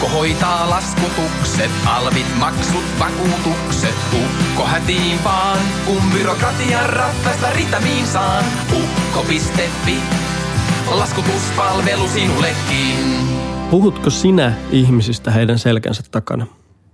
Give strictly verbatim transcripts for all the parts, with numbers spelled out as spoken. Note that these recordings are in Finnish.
Ukko hoitaa laskutukset, alvit, maksut, vakuutukset. Ukko hätiin vaan, kun byrokratian ratkaista ritamiin saan. Ukko piste fi, laskutuspalvelu sinullekin. Puhutko sinä ihmisistä heidän selkänsä takana?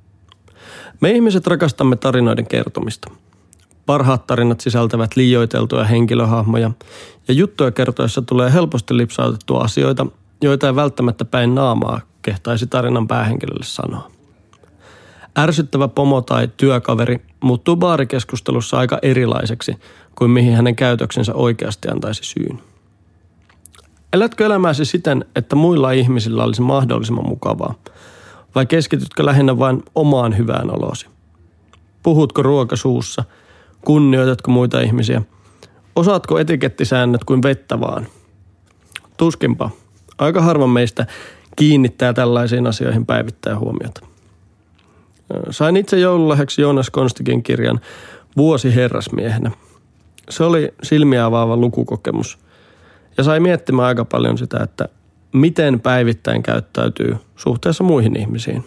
Me ihmiset rakastamme tarinoiden kertomista. Parhaat tarinat sisältävät liioiteltuja henkilöhahmoja ja juttuja kertoessa tulee helposti lipsautettua asioita, joita ei välttämättä päin naamaa kehtaisi tarinan päähenkilölle sanoa. Ärsyttävä pomo tai työkaveri muuttuu baarikeskustelussa aika erilaiseksi kuin mihin hänen käytöksensä oikeasti antaisi syyn. Elätkö elämääsi siten, että muilla ihmisillä olisi mahdollisimman mukavaa, vai keskitytkö lähinnä vain omaan hyvään oloosi? Puhutko ruoka suussa? Kunnioitatko muita ihmisiä? Osaatko etikettisäännöt kuin vettä vaan? Tuskinpa. Aika harva meistä kiinnittää tällaisiin asioihin päivittäin huomiota. Sain itse joululahjaksi Joonas Konstikin kirjan Vuosi herrasmiehenä. Se oli silmiä avaava lukukokemus ja sai miettimään aika paljon sitä, että miten päivittäin käyttäytyy suhteessa muihin ihmisiin.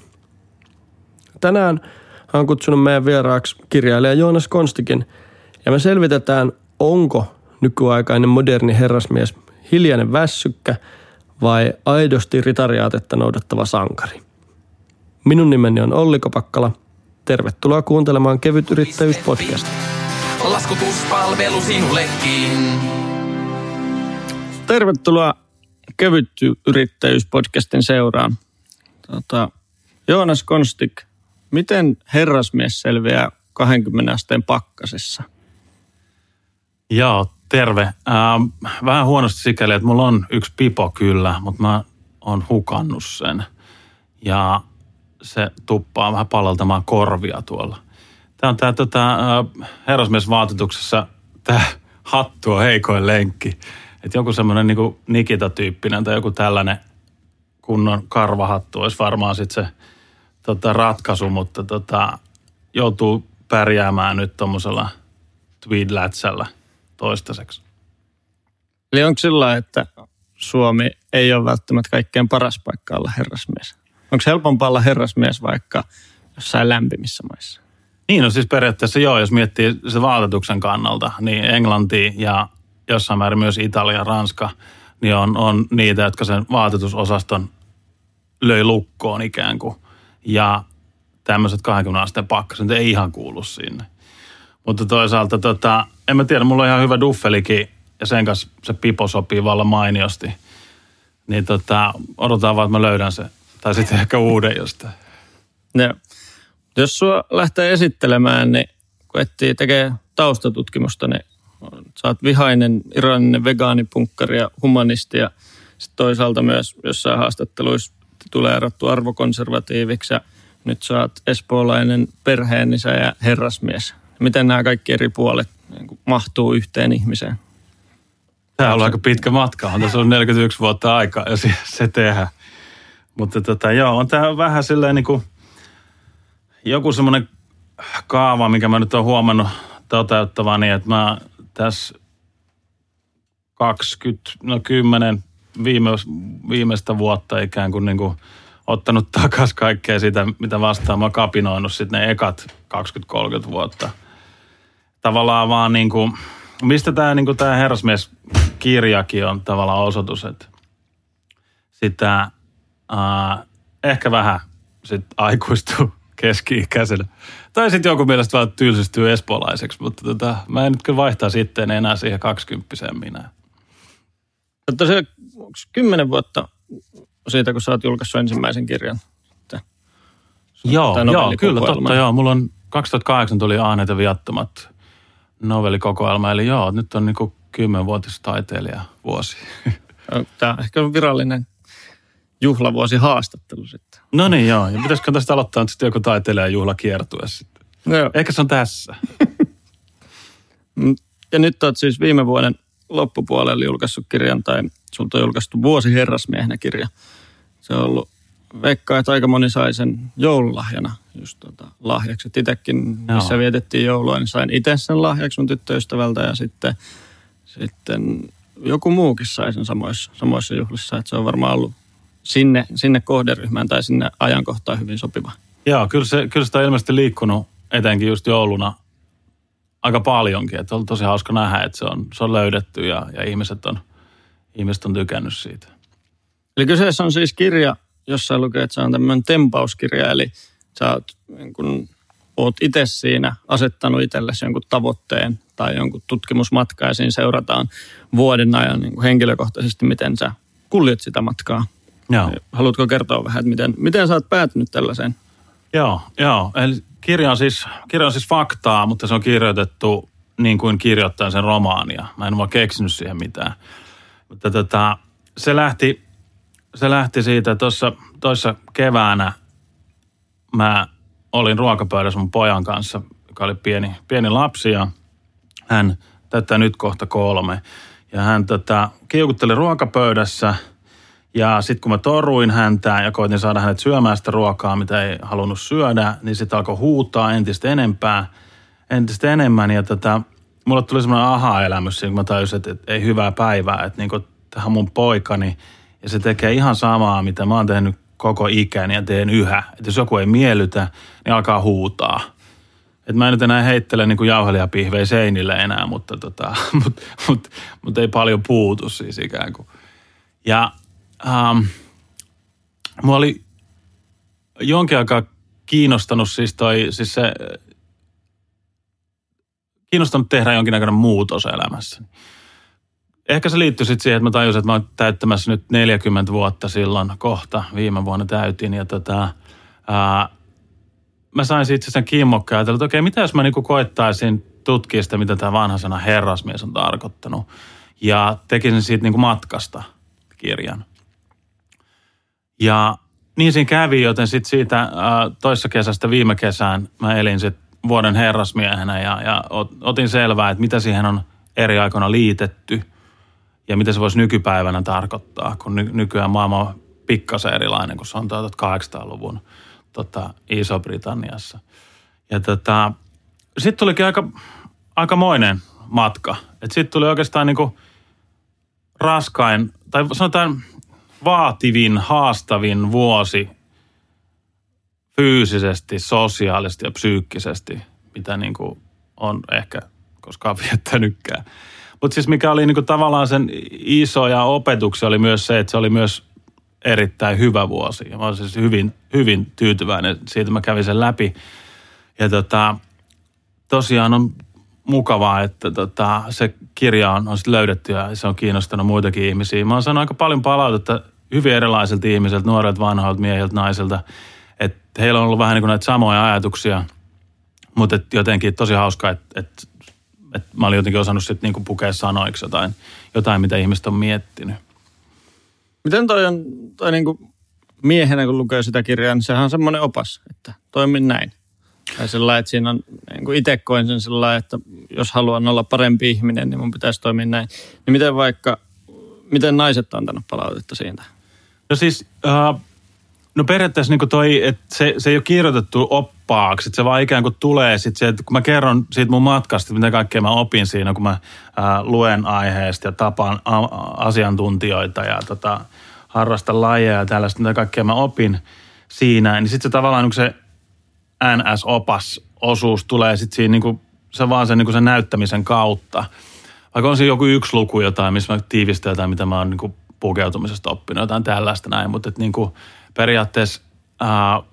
Tänään hän on kutsunut meidän vieraaksi kirjailija Joonas Konstikin ja me selvitetään, onko nykyaikainen moderni herrasmies hiljainen väsykkä vai aidosti ritariaatetta noudattava sankari. Minun nimeni on Olli Kopakkala. Tervetuloa kuuntelemaan Kevyt Yrittäjyys-podcast. Laskutuspalvelu sinullekin. Tervetuloa Kevyt Yrittäjyys-podcastin seuraan. Tota, Joonas Konstik, miten herrasmies selviää kaksikymmentä asteen pakkasessa? Joo, terve. Äh, vähän huonosti sikäli, että mulla on yksi pipo kyllä, mutta mä oon hukannut sen. Ja se tuppaa vähän palleltamaan korvia tuolla. Tää on tää tota, äh, herrasmiesvaatetuksessa tää hattu on heikoin lenkki. Että joku semmoinen niinku Nikita-tyyppinen tai joku tällainen kunnon karvahattu olisi varmaan sitten se tota, ratkaisu, mutta tota, joutuu pärjäämään nyt tommosella tweed-lätsällä toistaiseksi. Eli onko sillä, että Suomi ei ole välttämättä kaikkein paras paikka olla herrasmies? Onko helpompaa olla herrasmies vaikka jossain lämpimissä maissa? Niin, no siis periaatteessa joo, jos miettii se vaatetuksen kannalta, niin Englanti ja jossain määrin myös Italia ja Ranska, niin on, on niitä, jotka sen vaatetusosaston löi lukkoon ikään kuin. Ja tämmöiset kaksikymmentä asteen pakkaset ei ihan kuulu sinne. Mutta toisaalta, tota, en mä tiedä, mulla on ihan hyvä duffelikin ja sen kanssa se pipo sopii vallan mainiosti. Niin tota, odotetaan vaan, että mä löydän se. Tai sitten ehkä uuden jostain. No, jos sua lähtee esittelemään, niin kun etsii tekee taustatutkimusta, niin sä oot vihainen, iraninen vegaanipunkkari ja humanisti ja sitten toisaalta myös jossain haastatteluissa tulee erottu arvokonservatiiviksi ja nyt sä oot espoolainen perheenisä ja herrasmies. Miten nämä kaikki eri puolet niin mahtuu yhteen ihmiseen? Tämä on ollut aika pitkä matka. On tässä ollut neljäkymmentäyksi vuotta aikaa ja se, se tehdään. Mutta tota, joo, on tämä vähän silleen niin kuin joku semmoinen kaava, mikä mä nyt oon huomannut toteuttavani, että mä tässä kaksikymmentä, no kymmenen viime, viimeistä vuotta ikään kuin, niin kuin ottanut takaisin kaikkea sitä, mitä vastaan mä oon kapinoinut sitten ne ekat kaksikymmentä kolmekymmentä vuotta. Tavallaan vaan niin kuin, mistä tämä niin kuin tämä herrasmieskirjakin on tavallaan osoitus, että sitä äh, ehkä vähän sit aikuistuu keski-ikäisenä. Tai sitten jonkun mielestä vaan tylsistyy espoolaiseksi, mutta tota, mä en nyt kyllä vaihtaa sitten enää siihen kaksikymppiseen minä. Tosiaan, onko kymmenen vuotta siitä, kun sä oot julkaissut ensimmäisen kirjan? Joo, joo kyllä, totta joo. Mulla on kaksituhattakahdeksan tuli Aaneet ja viattomat novellikokoelma, eli joo, nyt on niinku kymmenvuotis taiteilijavuosi. Tämä ehkä on virallinen juhlavuosi haastattelu sitten. No niin, joo. Ja pitäisikö tästä aloittaa nyt sitten joku taiteilijajuhla kiertue sitten? No joo. Ehkä se on tässä. Ja nyt olet siis viime vuoden loppupuolella julkaissut kirjan, tai sulta on julkaistu Vuosi herrasmiehenä kirja. Se on ollut, veikkaa, että aika moni sai sen joululahjana just tota, lahjaksi. Itsekin, missä vietettiin joulua, niin sain itse sen lahjaksi mun tyttöystävältä ja sitten, sitten joku muukin sai sen samoissa, samoissa juhlissa. Että se on varmaan ollut sinne, sinne kohderyhmään tai sinne ajankohtaan hyvin sopiva. Joo, kyllä, se, kyllä sitä on ilmeisesti liikkunut etenkin just jouluna aika paljonkin. Että on tosi hauska nähdä, että se on, se on löydetty ja, ja ihmiset, on, ihmiset on tykännyt siitä. Eli kyseessä on siis kirja, jossa lukee, että se on tämmöinen tempauskirja. Eli sä oot, niin kun, oot itse siinä asettanut itsellesi jonkun tavoitteen tai jonkun tutkimusmatkaa ja siinä seurataan vuoden ajan niin kuin henkilökohtaisesti, miten sä kuljet sitä matkaa. Joo. Haluatko kertoa vähän, että miten, miten sä oot päätynyt tällaiseen? Joo, joo. Eli kirja on, siis, kirja on siis faktaa, mutta se on kirjoitettu niin kuin kirjoittajan sen romaania. Mä en vaan keksinyt siihen mitään. Mutta tota, se lähti, se lähti siitä, tuossa toissa keväänä mä olin ruokapöydässä mun pojan kanssa, joka oli pieni, pieni lapsi ja hän täyttää nyt kohta kolme. Ja hän tota, kiukutteli ruokapöydässä ja sitten kun mä toruin häntä ja koitin saada hänet syömään sitä ruokaa, mitä ei halunnut syödä, niin sitten alkoi huutaa entistä enempää, entistä enemmän. Ja tota, mulle tuli semmoinen aha-elämys siinä, kun mä tajusin, että, että ei hyvää päivää, että niinku, tähän on mun poikani ja se tekee ihan samaa, mitä mä oon tehnyt koko ikäni ja teen yhä. Että jos joku ei miellytä, niin alkaa huutaa. Että mä en nyt enää heittele niin kuin jauhelijapihvejä seinille enää, mutta tota, mut, mut, mut ei paljon puutu siis ikään kuin. Ja ähm, mua oli jonkin aikaa kiinnostanut siis toi, siis se, kiinnostanut tehdä jonkinnäköinen muutos elämässäni. Ehkä se liittyy sitten siihen, että mä tajusin, että mä oon täyttämässä nyt neljäkymmentä vuotta silloin kohta. Viime vuonna täytin ja tota, ää, mä sain siitä sen kimmokkaan ajatella, että okei, mitä jos mä niinku koettaisin tutkia sitä, mitä tämä vanha sana herrasmies on tarkoittanut. Ja tekisin siitä niinku matkasta kirjan. Ja niin siinä kävi, joten sitten siitä ää, toissa kesästä viime kesään mä elin sitten vuoden herrasmiehenä ja, ja otin selvää, että mitä siihen on eri aikoina liitetty. Ja mitä se voisi nykypäivänä tarkoittaa, kun ny- nykyään maailma on pikkasen erilainen, kun se on tuhatkahdeksansataaluvun tota, Iso-Britanniassa. Ja tota, sitten tulikin aika, aikamoinen matka. Että sitten tuli oikeastaan niinku raskain, tai sanotaan vaativin, haastavin vuosi fyysisesti, sosiaalisesti ja psyykkisesti, mitä niinku on ehkä koskaan viettänytkään. Mutta siis mikä oli niinku tavallaan sen isoja opetuksia oli myös se, että se oli myös erittäin hyvä vuosi. Ja mä olin siis hyvin, hyvin tyytyväinen siitä, mä kävin sen läpi. Ja tota, tosiaan on mukavaa, että tota, se kirja on, on sitten löydetty ja se on kiinnostanut muitakin ihmisiä. Mä oon saanut aika paljon palautetta hyvin erilaisilta ihmisiltä, nuorilta, vanhoilta, miehiltä, naisilta. Että heillä on ollut vähän niin kuin näitä samoja ajatuksia, mutta jotenkin tosi hauskaa, että et, et mä olin jotenkin osannut sitten niinku pukea sanoiksi jotain, jotain, mitä ihmiset on miettinyt. Miten toi on, toi niinku miehenä kun lukee sitä kirjaa, niin sehän on semmoinen opas, että toimin näin. Tai sellainen, että siinä on, niin kuin itse koin sen sellainen, että jos haluan olla parempi ihminen, niin mun pitäisi toimia näin. Niin miten vaikka, miten naiset on antanut palautetta siitä? No siis, uh, no periaatteessa niin toi, että se, se ei ole kirjoitettu oppaaksi, että se vaan ikään kuin tulee sitten se, että kun mä kerron siitä mun matkasta, mitä kaikkea mä opin siinä, kun mä uh, luen aiheesta ja tapaan a- asiantuntijoita ja tota, harrastan lajeja ja tällaista, mitä kaikkea mä opin siinä, niin sitten se tavallaan niin se N S-opas-osuus tulee sitten siinä niin kuin, se vaan sen, niin kuin sen näyttämisen kautta. Vaikka on siinä joku yksi luku jotain, missä mä tiivistän jotain, mitä mä oon niin kuin pukeutumisesta oppinut, jotain tällaista näin, mutta että niin kuin periaatteessa ää,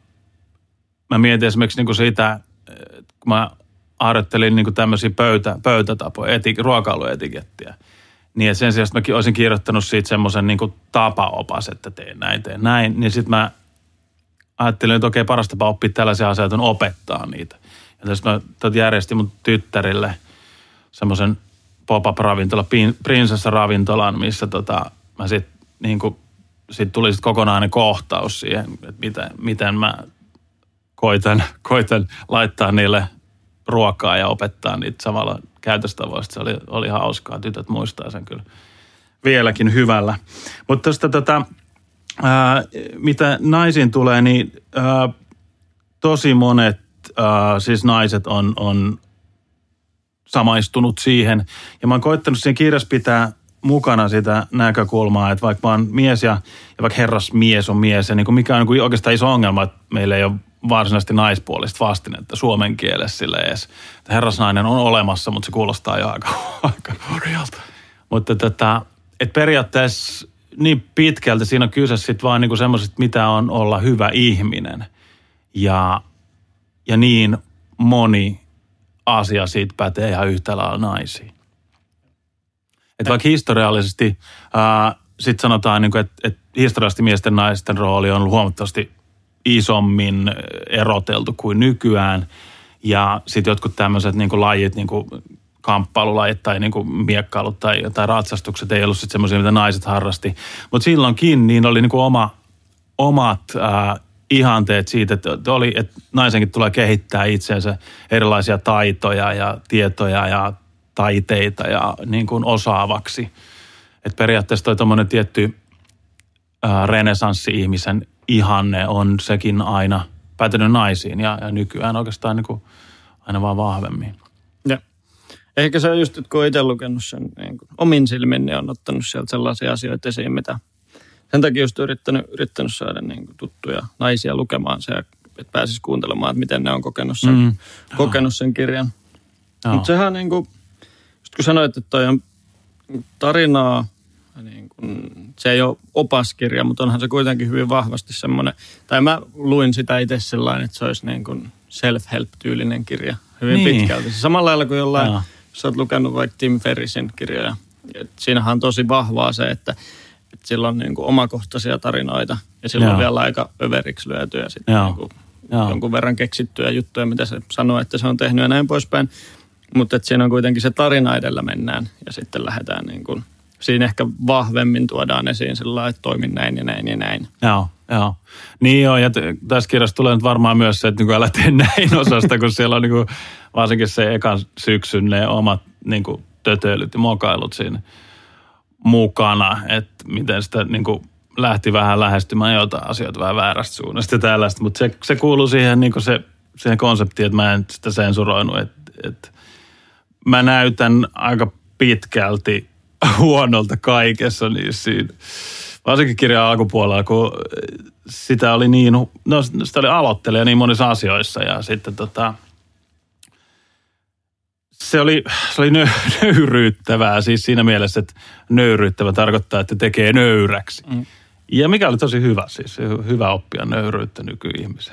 mä mietin esimerkiksi niin kuin siitä, kun mä harjoittelin niin kuin tämmöisiä pöytä, pöytätapoja, eti, ruokailuetikettiä, niin että sen sijaan mäkin olisin kirjoittanut siitä semmoisen niin kuin tapaopas, että teen näin, teen näin, niin sitten mä ajattelin, että okei, paras tapa oppia tällaisia asioita on opettaa niitä. Ja tässä mä järjestin mun tyttärille semmoisen pop-up-ravintola, prinsessaravintolan, missä tota, mä sitten niin kuin, sit tuli sit kokonainen kohtaus siihen, että miten, miten mä koitan, koitan laittaa niille ruokaa ja opettaa niitä samalla käytöstavoista. Se oli, oli hauskaa. Tytöt muistaa sen kyllä vieläkin hyvällä. Mutta tuosta tota, ää, mitä naisiin tulee, niin ää, tosi monet ää, siis naiset on, on samaistunut siihen. Ja mä oon koittanut siinä kirjassa pitää mukana sitä näkökulmaa, että vaikka mä oon mies ja, ja vaikka herrasmies on mies, ja niin kuin mikä on niin kuin oikeastaan iso ongelma, että meillä ei ole varsinaisesti naispuolista vastinetta suomen kielessä sille edes. Herrasnainen on olemassa, mutta se kuulostaa jo aika, aika hurjalta. Mutta tätä, että periaatteessa niin pitkälti siinä on kyse sitten vaan niin kuin semmoisesta, mitä on olla hyvä ihminen. Ja, ja niin moni asia siitä pätee ihan yhtä lailla naisiin. Että vaikka historiallisesti, sitten sanotaan, niin kuin, että, että historiallisesti miesten ja naisten rooli on huomattavasti isommin eroteltu kuin nykyään. Ja sitten jotkut tämmöiset niin kuin lajit, niin kuin kamppailulajit tai niin kuin miekkailut tai, tai ratsastukset ei ollut sitten semmoisia, mitä naiset harrasti. Mutta silloinkin niin oli niin kuin oma, omat ää, ihanteet siitä, että, oli, että naisenkin tulee kehittää itseensä erilaisia taitoja ja tietoja ja taiteita ja niin kuin osaavaksi. Että periaatteessa toi tommoinen tietty ää, renesanssi-ihmisen ihanne on sekin aina päätynyt naisiin ja, ja nykyään oikeastaan niin kuin aina vaan vahvemmin. Ja ehkä se on just, että kun itse lukenut sen niin kuin omin silmin, niin on ottanut sieltä sellaisia asioita esiin, mitä sen takia just yrittänyt, yrittänyt saada niin kuin tuttuja naisia lukemaan se, että pääsisi kuuntelemaan, että miten ne on kokenut sen, mm. kokenut sen kirjan. Mutta sehän niin kuin, just kun sanoit, että toi on tarinaa, niin kuin, se ei ole opaskirja, mutta onhan se kuitenkin hyvin vahvasti semmoinen, tai mä luin sitä itse sellainen, että se olisi niin kuin self-help-tyylinen kirja hyvin niin pitkälti. Samalla lailla kuin jollain, ja jos olet lukenut vaikka Tim Ferrissin kirjoja, siinähän on tosi vahvaa se, että, että sillä on niin kuin omakohtaisia tarinoita ja sillä on vielä aika överiksi lyötyä sitten niin kuin jonkun verran keksittyjä juttuja, mitä se sanoo, että se on tehnyt ja näin poispäin. Mutta että siinä on kuitenkin se tarina edellä mennään ja sitten lähdetään niin kuin, siinä ehkä vahvemmin tuodaan esiin sillä lailla, että toimin näin ja näin ja näin. Joo, joo. Niin joo, ja t- tässä kirjassa tulee nyt varmaan myös se, että niin älä tee näin osasta, kun siellä on niin kuin, varsinkin se ekan syksyn ne omat niin kuin tötöilyt ja mokailut siinä mukana, että miten sitä niin kuin lähti vähän lähestymään jotain asioita vähän väärästä suunnasta ja tällaista, mutta se, se kuuluu siihen, niin kuin se, siihen konseptiin, että mä en sitä sensuroinut, että, että mä näytän aika pitkälti huonolta kaikessa niin siinä. Varsinkin kirjan alkupuolella, kun sitä oli niin, no sitä oli aloittelija niin monissa asioissa ja sitten tota, se oli, se oli nöyryyttävää siis siinä mielessä, että nöyryyttävä tarkoittaa, että tekee nöyräksi. Mm. Ja mikä oli tosi hyvä siis, hyvä oppia nöyryyttä nykyihmisen.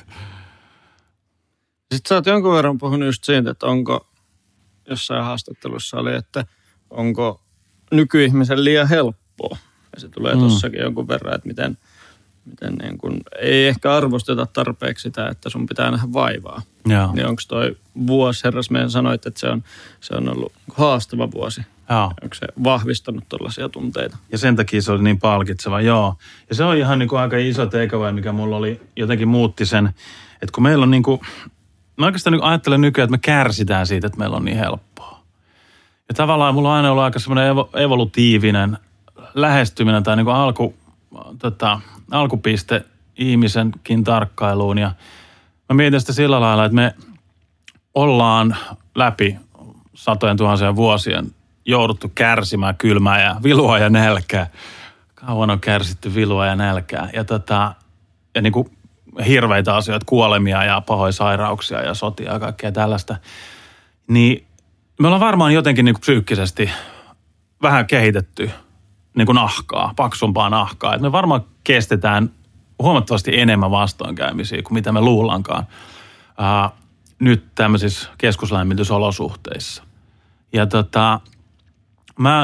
Sitten sä oot jonkun verran puhunut just siitä, että onko jossain haastattelussa oli, että onko nykyihmisen liian helppoa. Ja se tulee mm. tossakin jonkun verran, että miten, miten niin kun, ei ehkä arvosteta tarpeeksi sitä, että sun pitää nähdä vaivaa. Jaa. Niin onko toi vuosi, herrasmiehen sanoit, että se on, se on ollut haastava vuosi. Jaa. Onko se vahvistanut tollaisia tunteita? Ja sen takia se oli niin palkitseva, joo. Ja se on ihan niin kuin aika iso takeaway, mikä mulla oli, jotenkin muutti sen, että kun meillä on niin kuin, mä oikeastaan niin ajattelen nykyään, että me kärsitään siitä, että meillä on niin helppoa. Ja tavallaan mulla on aina ollut aika semmoinen evo, evolutiivinen lähestyminen tai niin kuin alku, tota, alkupiste ihmisenkin tarkkailuun. Ja mä mietin sitä sillä lailla, että me ollaan läpi satojen tuhansien vuosien jouduttu kärsimään kylmää ja vilua ja nälkää. Kauan on kärsitty vilua ja nälkää. Ja, tota, ja niin kuin hirveitä asioita, kuolemia ja pahoja sairauksia ja sotia ja kaikkea tällaista. Niin me ollaan varmaan jotenkin niin kuin psyykkisesti vähän kehitetty niin kuin nahkaa, paksumpaa nahkaa. Et me varmaan kestetään huomattavasti enemmän vastoinkäymisiä kuin mitä me luullaankaan ää, nyt tämmöisissä keskuslämmitysolosuhteissa. Ja tota, mä,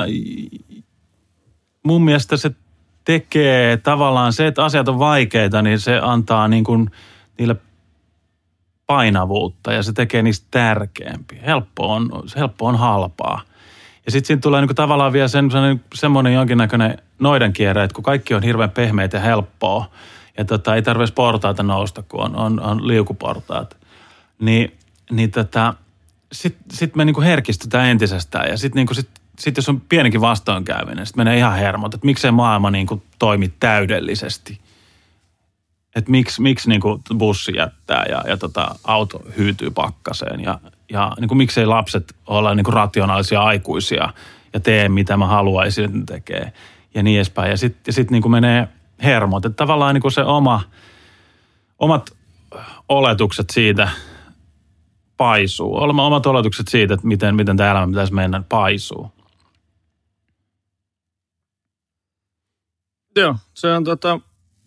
mun mielestä se tekee tavallaan se, että asiat on vaikeita, niin se antaa niin kuin niille painavuutta ja se tekee niistä tärkeämpiä. Helppo on, helppo on halpaa. Ja sitten siinä tulee niinku tavallaan vielä sen, semmoinen jonkinnäköinen noidankierre, että kun kaikki on hirveän pehmeitä ja helppoa ja tota, ei tarvitse portaita nousta, kun on, on, on liukuportaat, niin, niin tota, sitten sit me niinku herkistytään entisestään ja sitten niinku sit, sit jos on pienikin vastoinkäyminen, sitten menee ihan hermot, että miksei maailma niinku toimi täydellisesti. Että miksi, miksi niinku bussi jättää ja, ja tota, auto hyytyy pakkaseen ja Ja niin kuin miksei lapset olla niin kuin rationaalisia aikuisia ja teen, mitä mä haluaisin, että ne tekee ja niin edespäin. Ja sitten sit niin kuin menee hermot. Että tavallaan niin kuin se oma, omat oletukset siitä paisuu. Omat oletukset siitä, että miten, miten tämä elämä pitäisi mennä, paisuu. Joo, se on tota,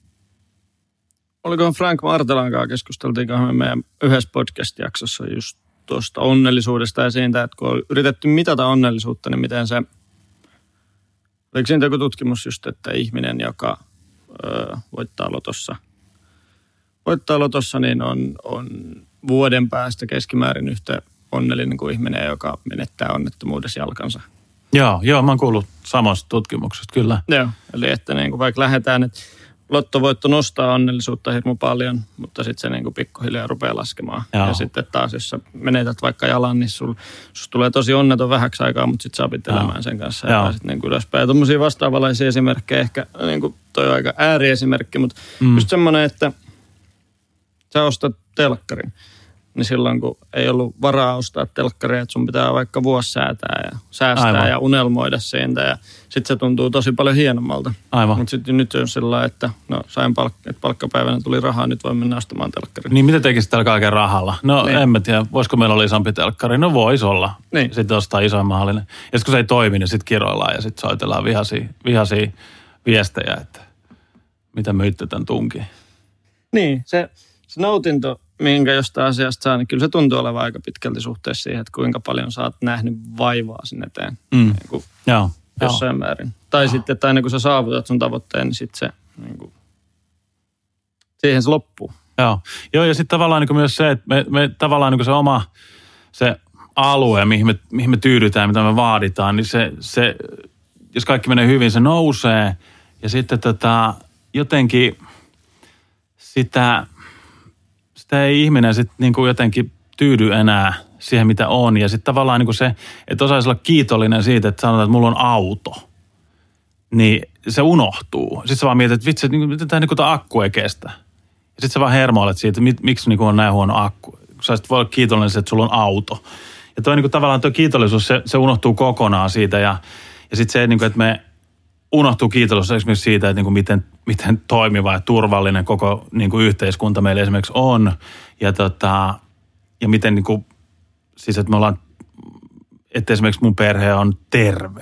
olikohan Frank Martelan kanssa keskusteltiinkohan me meidän yhdessä podcast-jaksossa just tuosta onnellisuudesta ja siitä, että kun on yritetty mitata onnellisuutta, niin miten se, oliko siinä joku tutkimus just, että ihminen, joka ö, voittaa lotossa, voittaa lotossa, niin on, on vuoden päästä keskimäärin yhtä onnellinen kuin ihminen, joka menettää onnettomuudessa jalkansa. Joo, joo, mä oon kuullut samasta tutkimuksesta, kyllä. Joo, eli että niin kuin vaikka lähdetään, että lottovoitto nostaa onnellisuutta hirmu paljon, mutta sitten se niin kuin pikkuhiljaa rupeaa laskemaan. Joo. Ja sitten taas, jos sä menetät vaikka jalan, niin sul, sus tulee tosi onneton vähäksi aikaa, mutta sitten sä opit elämään sen kanssa ja pääsit niin kuin ylöspäin. Ja tommosia vastaavanlaisia esimerkkejä, ehkä niin kuin toi on aika ääriesimerkki, mutta mm. just semmoinen, että sä ostat telkkarin. Niin silloin, kun ei ollut varaa ostaa telkkaria, että sun pitää vaikka vuosi säätää ja säästää Aivan. ja unelmoida siitä. Ja sitten se tuntuu tosi paljon hienommalta. Mutta sitten nyt on sillä että no sain palk- että palkkapäivänä tuli rahaa, nyt voi mennä ostamaan telkkaria. Niin mitä tekisit tällä kaiken rahalla? No niin. En mä tiedä, voisiko meillä olla isompi telkkari? No vois olla. Niin. Sitten ostaa isoin mahdollinen. Ja sitten kun se ei toimi, niin sitten kiroillaan ja sitten soitellaan vihaisia, vihaisia viestejä, että mitä myitte tämän tunkiin. Niin, se, se nautinto, minkä jostain asiasta saa, niin kyllä se tuntuu olevan aika pitkälti suhteessa siihen, että kuinka paljon sä oot nähnyt vaivaa sinne eteen. Mm. Niin kuin Joo. jossain Joo. määrin. Tai Joo. sitten, että aina kun sä saavutat sun tavoitteen, niin sitten se, niin kuin, siihen se loppuu. Joo, Joo ja sitten tavallaan niin kuin myös se, että me, me tavallaan niin kuin se oma, se alue, mihin me, mihin me tyydytään, mitä me vaaditaan, niin se, se, jos kaikki menee hyvin, se nousee. Ja sitten tota, jotenkin sitä... Sitä ei ihminen sitten niinku jotenkin tyydy enää siihen, mitä on. Ja sitten tavallaan niinku se, että osaisi olla kiitollinen siitä, että sanotaan, että mulla on auto. Niin se unohtuu. Sitten sä vaan mietit, että vitsi, että miten tämä niinku akku ei kestä. Ja sitten sä vaan hermoilet siitä, että miksi niinku on näin huono akku. Sä sit voi olla kiitollinen siitä, että sulla on auto. Ja toi niinku tavallaan tuo kiitollisuus, se, se unohtuu kokonaan siitä. Ja, ja sitten se, niinku, että me unohtuu kiitollisuus esimerkiksi siitä, että niinku miten, miten toimiva ja turvallinen koko niinku yhteiskunta meillä esimerkiksi on. Ja, tota, ja miten niinku, siis että me ollaan, että esimerkiksi mun perhe on terve.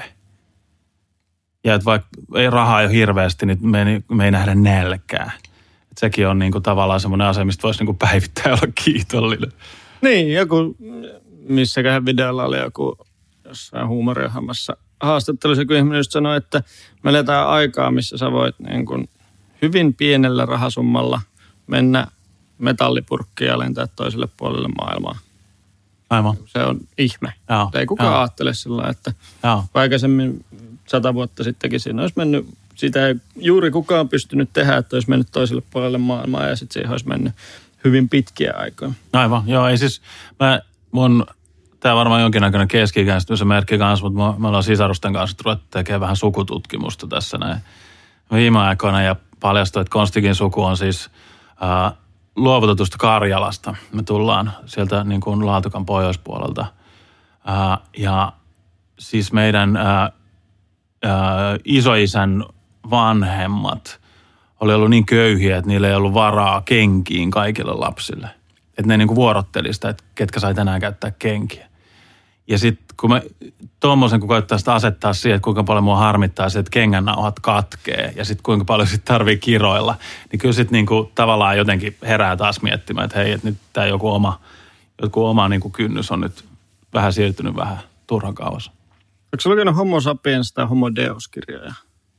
Ja että vaikka ei rahaa ole hirveästi, niin me ei, me ei nähdä nälkää. Että sekin on niinku tavallaan semmoinen asia, mistä voisi niinku päivittäin olla kiitollinen. Niin, joku, missäköhän videolla oli joku jossain huumoriohjelmassa haastattelussa, kun ihminen just sanoi, että me eletään aikaa, missä sä voit niin kuin hyvin pienellä rahasummalla mennä metallipurkkiin ja lentää toiselle puolelle maailmaa. Aivan. Se on ihme. Joo, ei kukaan joo. ajattele sillä, että Joo. aikaisemmin sata vuotta sittenkin siinä olisi mennyt, sitä ei juuri kukaan pystynyt tehdä, että olisi mennyt toiselle puolelle maailmaa ja sitten siihen olisi mennyt hyvin pitkiä aikoja. Aivan, joo, ei siis, mä, mun, tää on varmaan jonkinnäköinen keski-ikäistymisen merkki kanssa, mutta me ollaan sisarusten kanssa ruvettu tekemään vähän sukututkimusta tässä näin viime aikoina ja paljastui, että Konstikin suku on siis ää, luovutetusta Karjalasta. Me tullaan sieltä niin kuin Laatukan pohjoispuolelta ää, ja siis meidän ää, ää, isoisän vanhemmat oli ollut niin köyhiä, että niillä ei ollut varaa kenkiin kaikille lapsille. Että ne niin kuin vuorotteli sitä, että ketkä sai tänään käyttää kenkiä. Ja sitten kun mä tuommoisen, kun koittaa sitä asettaa siihen, että kuinka paljon mua harmittaa se, että kengännauhat katkee ja sitten kuinka paljon sitten tarvii kiroilla, niin kyllä sitten niin kuin tavallaan jotenkin herää taas miettimään, että hei, että nyt tämä joku oma, joku oma niin kuin kynnys on nyt vähän siirtynyt vähän turhan kauas. Onko sä lukenut Homo sapiens tai Homo Deus-kirjoja?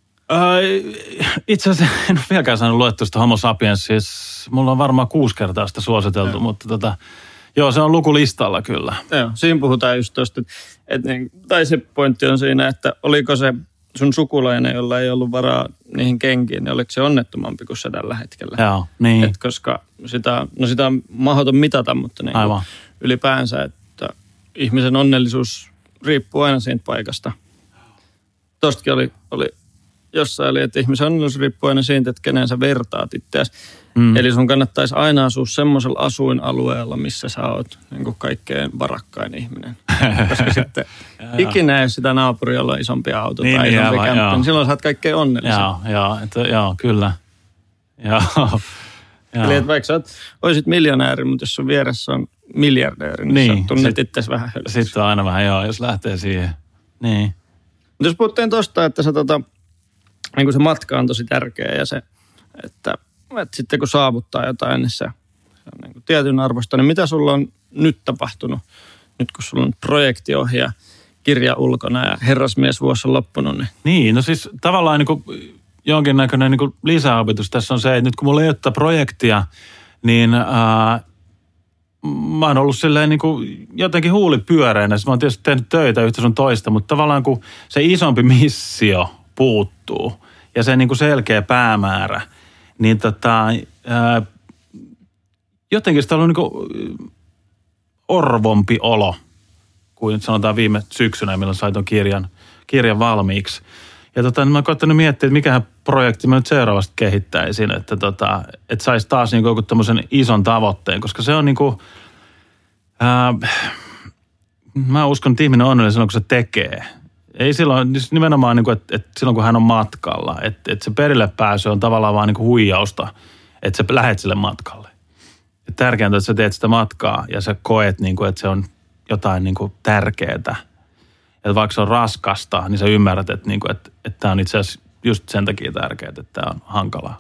Itse asiassa en ole vieläkään saanut luettua sitä Homo sapiens. Siis mulla on varmaan kuusi kertaa sitä suositeltu, joo. mutta tota, joo, se on lukulistalla kyllä. Joo, siinä puhutaan just tuosta, että, tai se pointti on siinä, että oliko se sun sukulainen, jolla ei ollut varaa niihin kenkiin, niin oliko se onnettomampi kuin se tällä hetkellä? Joo, niin. Et koska sitä, no sitä on mahdoton mitata, mutta niin ylipäänsä, että ihmisen onnellisuus riippuu aina siitä paikasta. Tostakin oli, oli jossain oli, että ihmisen onnellisuus riippuu aina siitä, että kenen sä vertaat itseäsi. Mm. Eli sun kannattaisi aina asua semmoisella asuinalueella, missä sä oot niin kuin kaikkein varakkain ihminen. Koska sitten ikinä jos sitä naapuri, jolla on isompi auto niin, tai niin, isompi aivan, kämppä, joo. niin silloin sä oot kaikkein onnellisen. Joo, joo, että, joo kyllä. Joo. Eli että vaikka sä oot, oisit miljonääri, mutta jos sun vieressä on miljardööri, niin, niin sä tunnet itseäsi vähän hölmöksi. Sitten on aina vähän, joo, jos lähtee siihen. Niin. Mutta jos puhuttiin tosta, että sä, tota, niin se matka on tosi tärkeä ja se, että, että sitten kun saavuttaa jotain, niin se, se on niin kuin tietyn arvosta. Niin mitä sulla on nyt tapahtunut, nyt kun sulla on projektiohja, kirja ulkona ja herrasmiesvuosi on loppunut? Niin, niin no siis tavallaan niin kuin jonkinnäköinen niin kuin lisäopetus tässä on se, että nyt kun mulla ei ole tätä projektia, niin ää, mä oon ollut silleen niin kuin jotenkin huuli pyöreänä. Mä oon tietysti tehnyt töitä yhtä sun toista, mutta tavallaan kun se isompi missio puuttuu ja se niin kuin selkeä päämäärä, niin tota, ää, jotenkin sitä on ollut niin kuin orvompi olo kuin sanotaan viime syksynä, milloin sait ton kirjan, kirjan valmiiksi. Ja tota, niin mä oon koettanut miettiä, että mikähän projekti mä nyt seuraavasti kehittäisin, että, tota, että saisi taas niin joku tämmöisen ison tavoitteen, koska se on niin kuin, ää, mä uskon, että ihminen on onnellinen silloin, kun se tekee. Ei silloin, nimenomaan niin kuin, että, että silloin, kun hän on matkalla, että, että se perille pääsy on tavallaan vaan niin kuin huijausta, että sä lähet sille matkalle. Ja tärkeintä, että sä teet sitä matkaa ja sä koet, niin kuin, että se on jotain niin kuin tärkeää. Että vaikka se on raskasta, niin sä ymmärrät, että, niin kuin, että, että tämä on itse asiassa just sen takia tärkeää, että tämä on hankalaa.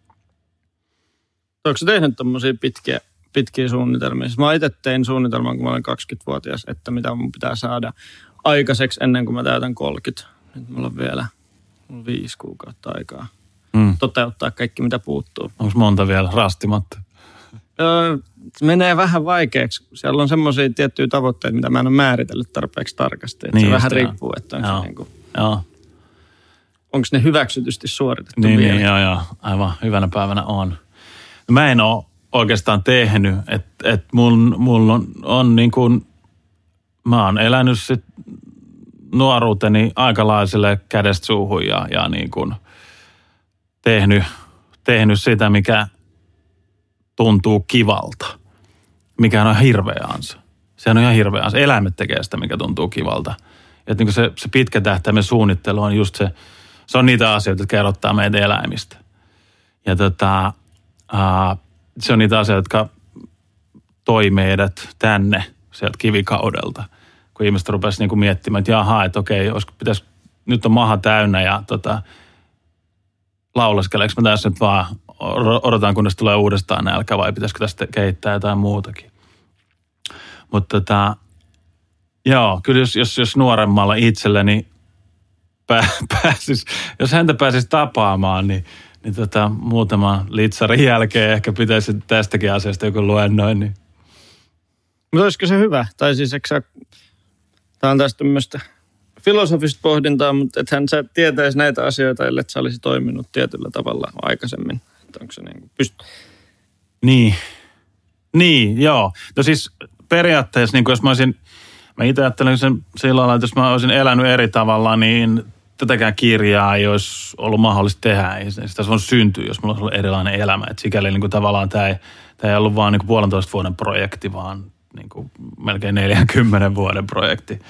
Oletko sä tehnyt tommosia pitkiä, pitkiä suunnitelmia? Mä itse tein suunnitelman, kun mä olen kaksikymmentävuotias, että mitä mun pitää saada aikaiseksi ennen kuin mä täytän kolmekymmentä. Nyt mulla on vielä mulla on viisi kuukautta aikaa mm. toteuttaa kaikki, mitä puuttuu. Onko monta vielä rastimatta? Öö, se menee vähän vaikeaksi. Siellä on semmoisia tiettyjä tavoitteita, mitä mä en ole määritellyt tarpeeksi tarkasti. Niin se vähän riippuu, että onko, joo. Se niinku, joo. onko ne hyväksytysti suoritettu niin, vielä. Niin, joo, joo. Aivan hyvänä päivänä on. Mä en ole oikeastaan tehnyt, että et mulla mul on, on niin kuin, mä oon elänyt sit nuoruuteni aikalaiselle kädestä suuhun ja, ja niin kuin tehnyt, tehnyt sitä, mikä tuntuu kivalta, mikä on hirveä ansa. Sehän on ihan hirveä ansa. Eläimet tekee sitä, mikä tuntuu kivalta. Että niin se, se pitkä tähtäimen suunnittelu on just se, se on niitä asioita, jotka kerrottaa meitä eläimistä. Ja tota, ää, se on niitä asioita, jotka toi meidät tänne sieltä kivikaudelta. Kun ihmiset rupesivat niinku miettimään, että jaha, että okei, olisiko pitäisi, nyt on maha täynnä ja tota, laulaskeleeko mä tässä nyt vaan, odotan kunnes tulee uudestaan nälkä vai pitäisikö tästä kehittää jotain muutakin. Mutta tota, joo, kyllä jos, jos, jos nuoremmalla itselleni pää, pääsis, jos häntä pääsisi tapaamaan, niin, niin tota, muutaman litsarin jälkeen ehkä pitäisi tästäkin asiasta joku luennoin. Niin. Mutta olisiko se hyvä? Tai siis eikö sä, tämä on taas tämmöistä filosofista pohdintaa, mutta ethän sä tietäisi näitä asioita, ellei sä olisi toiminut tietyllä tavalla aikaisemmin. Että onko se niin kuin pyst- Niin, niin, joo. No siis periaatteessa, niin jos mä olisin, mä itse ajattelen sen sillä lailla, että jos mä olisin elänyt eri tavalla, niin tätäkään kirjaa ei olisi ollut mahdollista tehdä. Ei sitä voinut syntyä, jos mulla olisi ollut erilainen elämä. Että sikäli niin kuin tavallaan tämä ei, tämä ei ollut vaan niin kuin puolentoista vuoden projekti, vaan niin kuin melkein neljänkymmenen vuoden projekti.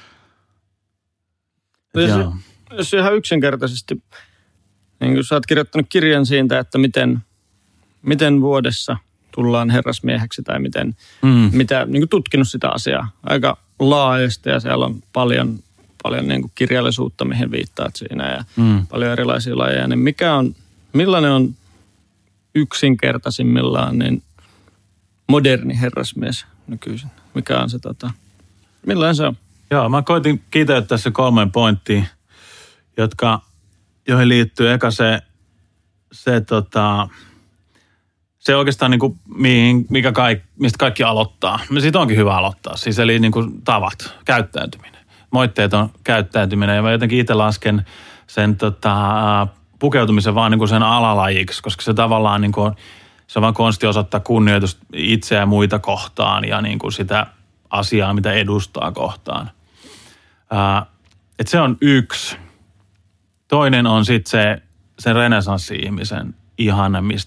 Jos, jos ihan yksinkertaisesti, niin kun sä oot kirjoittanut kirjan siitä, että miten, miten vuodessa tullaan herrasmieheksi tai miten, mm. mitä, niin kuin tutkinut sitä asiaa aika laajasti ja siellä on paljon, paljon niin kuin kirjallisuutta, mihin viittaat siinä ja mm. paljon erilaisia lajeja, niin mikä on, millainen on yksinkertaisimmillaan niin moderni herrasmies nykyisin? Mikä on se tota, millainen se on? Joo, mä koitin kiteyttää se kolmeen pointtiin, jotka, joihin liittyy eka se, se, tota, se oikeastaan niin kuin, mihin, mikä kaik, mistä kaikki aloittaa. Siitä onkin hyvä aloittaa, siis eli niin kuin tavat, käyttäytyminen. Moitteeton käyttäytyminen ja mä jotenkin itse lasken sen tota, pukeutumisen vaan niin kuin sen alalajiksi, koska se tavallaan niin kuin, se on vaan konsti osoittaa kunnioitusta itseä ja muita kohtaan ja niin kuin sitä asiaa, mitä edustaa kohtaan. Ää, et se on yksi. Toinen on sitten se, sen renesanssi-ihmisen ihana, mistä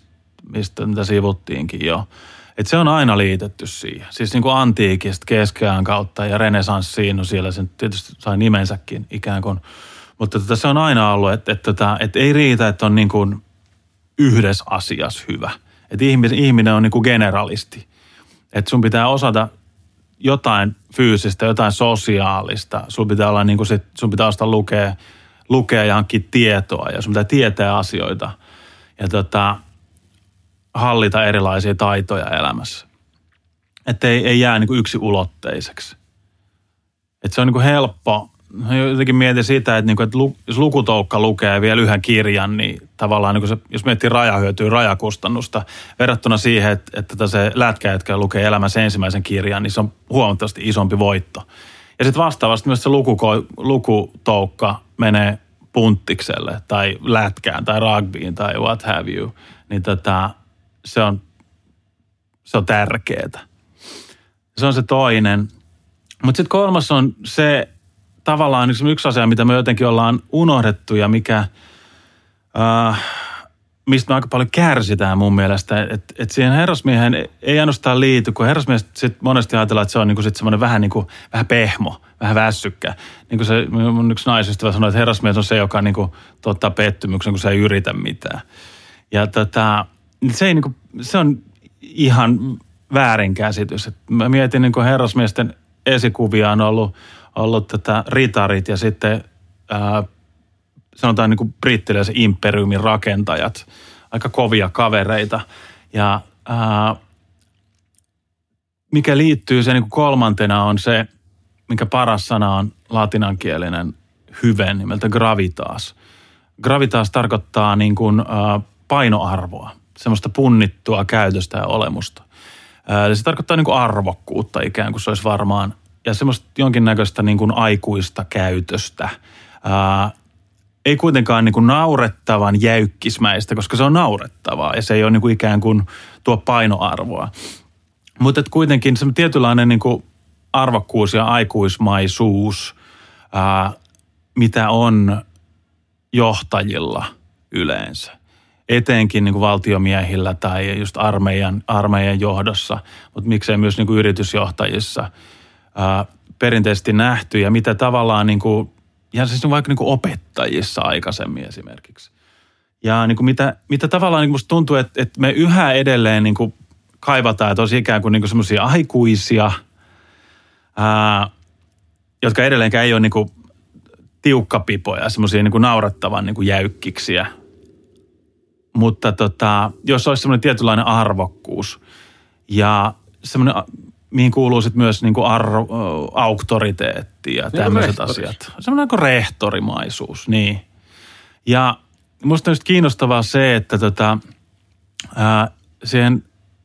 mistä mitä sivuttiinkin jo. Että se on aina liitetty siihen. Siis niin kuin antiikista keskiajan kautta ja renesanssiin, no siellä se tietysti sai nimensäkin ikään kuin. Mutta tota, se on aina ollut, että, että, että, että ei riitä, että on niin kuin yhdessä asiassa hyvä. Että ihminen on niin kuin generalisti. Että sun pitää osata jotain fyysistä, jotain sosiaalista. Sun pitää olla niin kuin sit, sun pitää osata lukea, lukea ja hankkia tietoa ja sun pitää tietää asioita. Ja tota, hallita erilaisia taitoja elämässä. Että ei, ei jää niin kuin yksi ulotteiseksi. Että se on niin kuin helppo. Jotenkin mietin sitä, että, niin kuin, että jos lukutoukka lukee vielä yhden kirjan, niin tavallaan niin kuin se, jos miettii rajahyötyä, rajakustannusta, verrattuna siihen, että, että se lätkäjätkä lukee elämänsä ensimmäisen kirjan, niin se on huomattavasti isompi voitto. Ja sitten vastaavasti myös se lukuko, lukutoukka menee punttikselle tai lätkään tai rugbyin tai what have you, niin tota, se on, se on tärkeää. Se on se toinen. Mutta sitten kolmas on se tavallaan yksi asia, mitä me jotenkin ollaan unohdettu ja mikä, äh, mistä me aika paljon kärsitään mun mielestä, että et siihen herrasmiehen ei ainoastaan liity, kun herrasmies sit monesti ajatellaan, että se on niinku sit semmoinen vähän niin kuin, vähän pehmo, vähän väsykkä. Niin kuin se, mun yksi naisystävä sanoi, että herrasmies on se, joka niinku tuottaa pettymyksen, kun se ei yritä mitään. Ja tota, se, ei niinku, se on ihan väärinkäsitys. Et mä mietin niinku herrasmiesten esikuvia on ollut, ollut tätä ritarit ja sitten ää, sanotaan niin kuin brittiläisen imperiumin rakentajat, aika kovia kavereita. Ja ää, mikä liittyy se niin kuin kolmantena on se, minkä paras sana on latinankielinen hyve nimeltä gravitas. Gravitas tarkoittaa niin kuin ää, painoarvoa, semmoista punnittua käytöstä ja olemusta. Ää, se tarkoittaa niin kuin arvokkuutta ikään kuin se olisi varmaan ja semmoista jonkinnäköistä niin kuin aikuista käytöstä. Ää, ei kuitenkaan niin kuin naurettavan jäykkismäistä, koska se on naurettavaa ja se ei ole niin kuin ikään kuin tuo painoarvoa. Mutta kuitenkin se tietynlainen niin kuin arvokkuus ja aikuismaisuus, ää, mitä on johtajilla yleensä. Etenkin niin kuin valtiomiehillä tai just armeijan, armeijan johdossa, mutta miksei myös niin kuin yritysjohtajissa ää, perinteisesti nähty ja mitä tavallaan niin kuin, ja siis vaikka niin kuin opettajissa aikaisemmin esimerkiksi. Ja niin kuin mitä, mitä tavallaan niin kuin musta tuntuu, että, että me yhä edelleen niin kuin kaivataan tosi ikään kuin, niin kuin semmoisia aikuisia, ää, jotka edelleenkään ei ole niin kuin tiukkapipoja, semmoisia niin kuin naurettavan niin kuin jäykkiksiä. Mutta tota, jos olisi semmoinen tietynlainen arvokkuus ja semmoinen, mihin kuuluu sitten myös niin kuin arvo, auktoriteetti ja tämmöiset asiat. Semmoinen niin kuin rehtorimaisuus, niin. Ja musta on just kiinnostavaa se, että tota, ää, siihen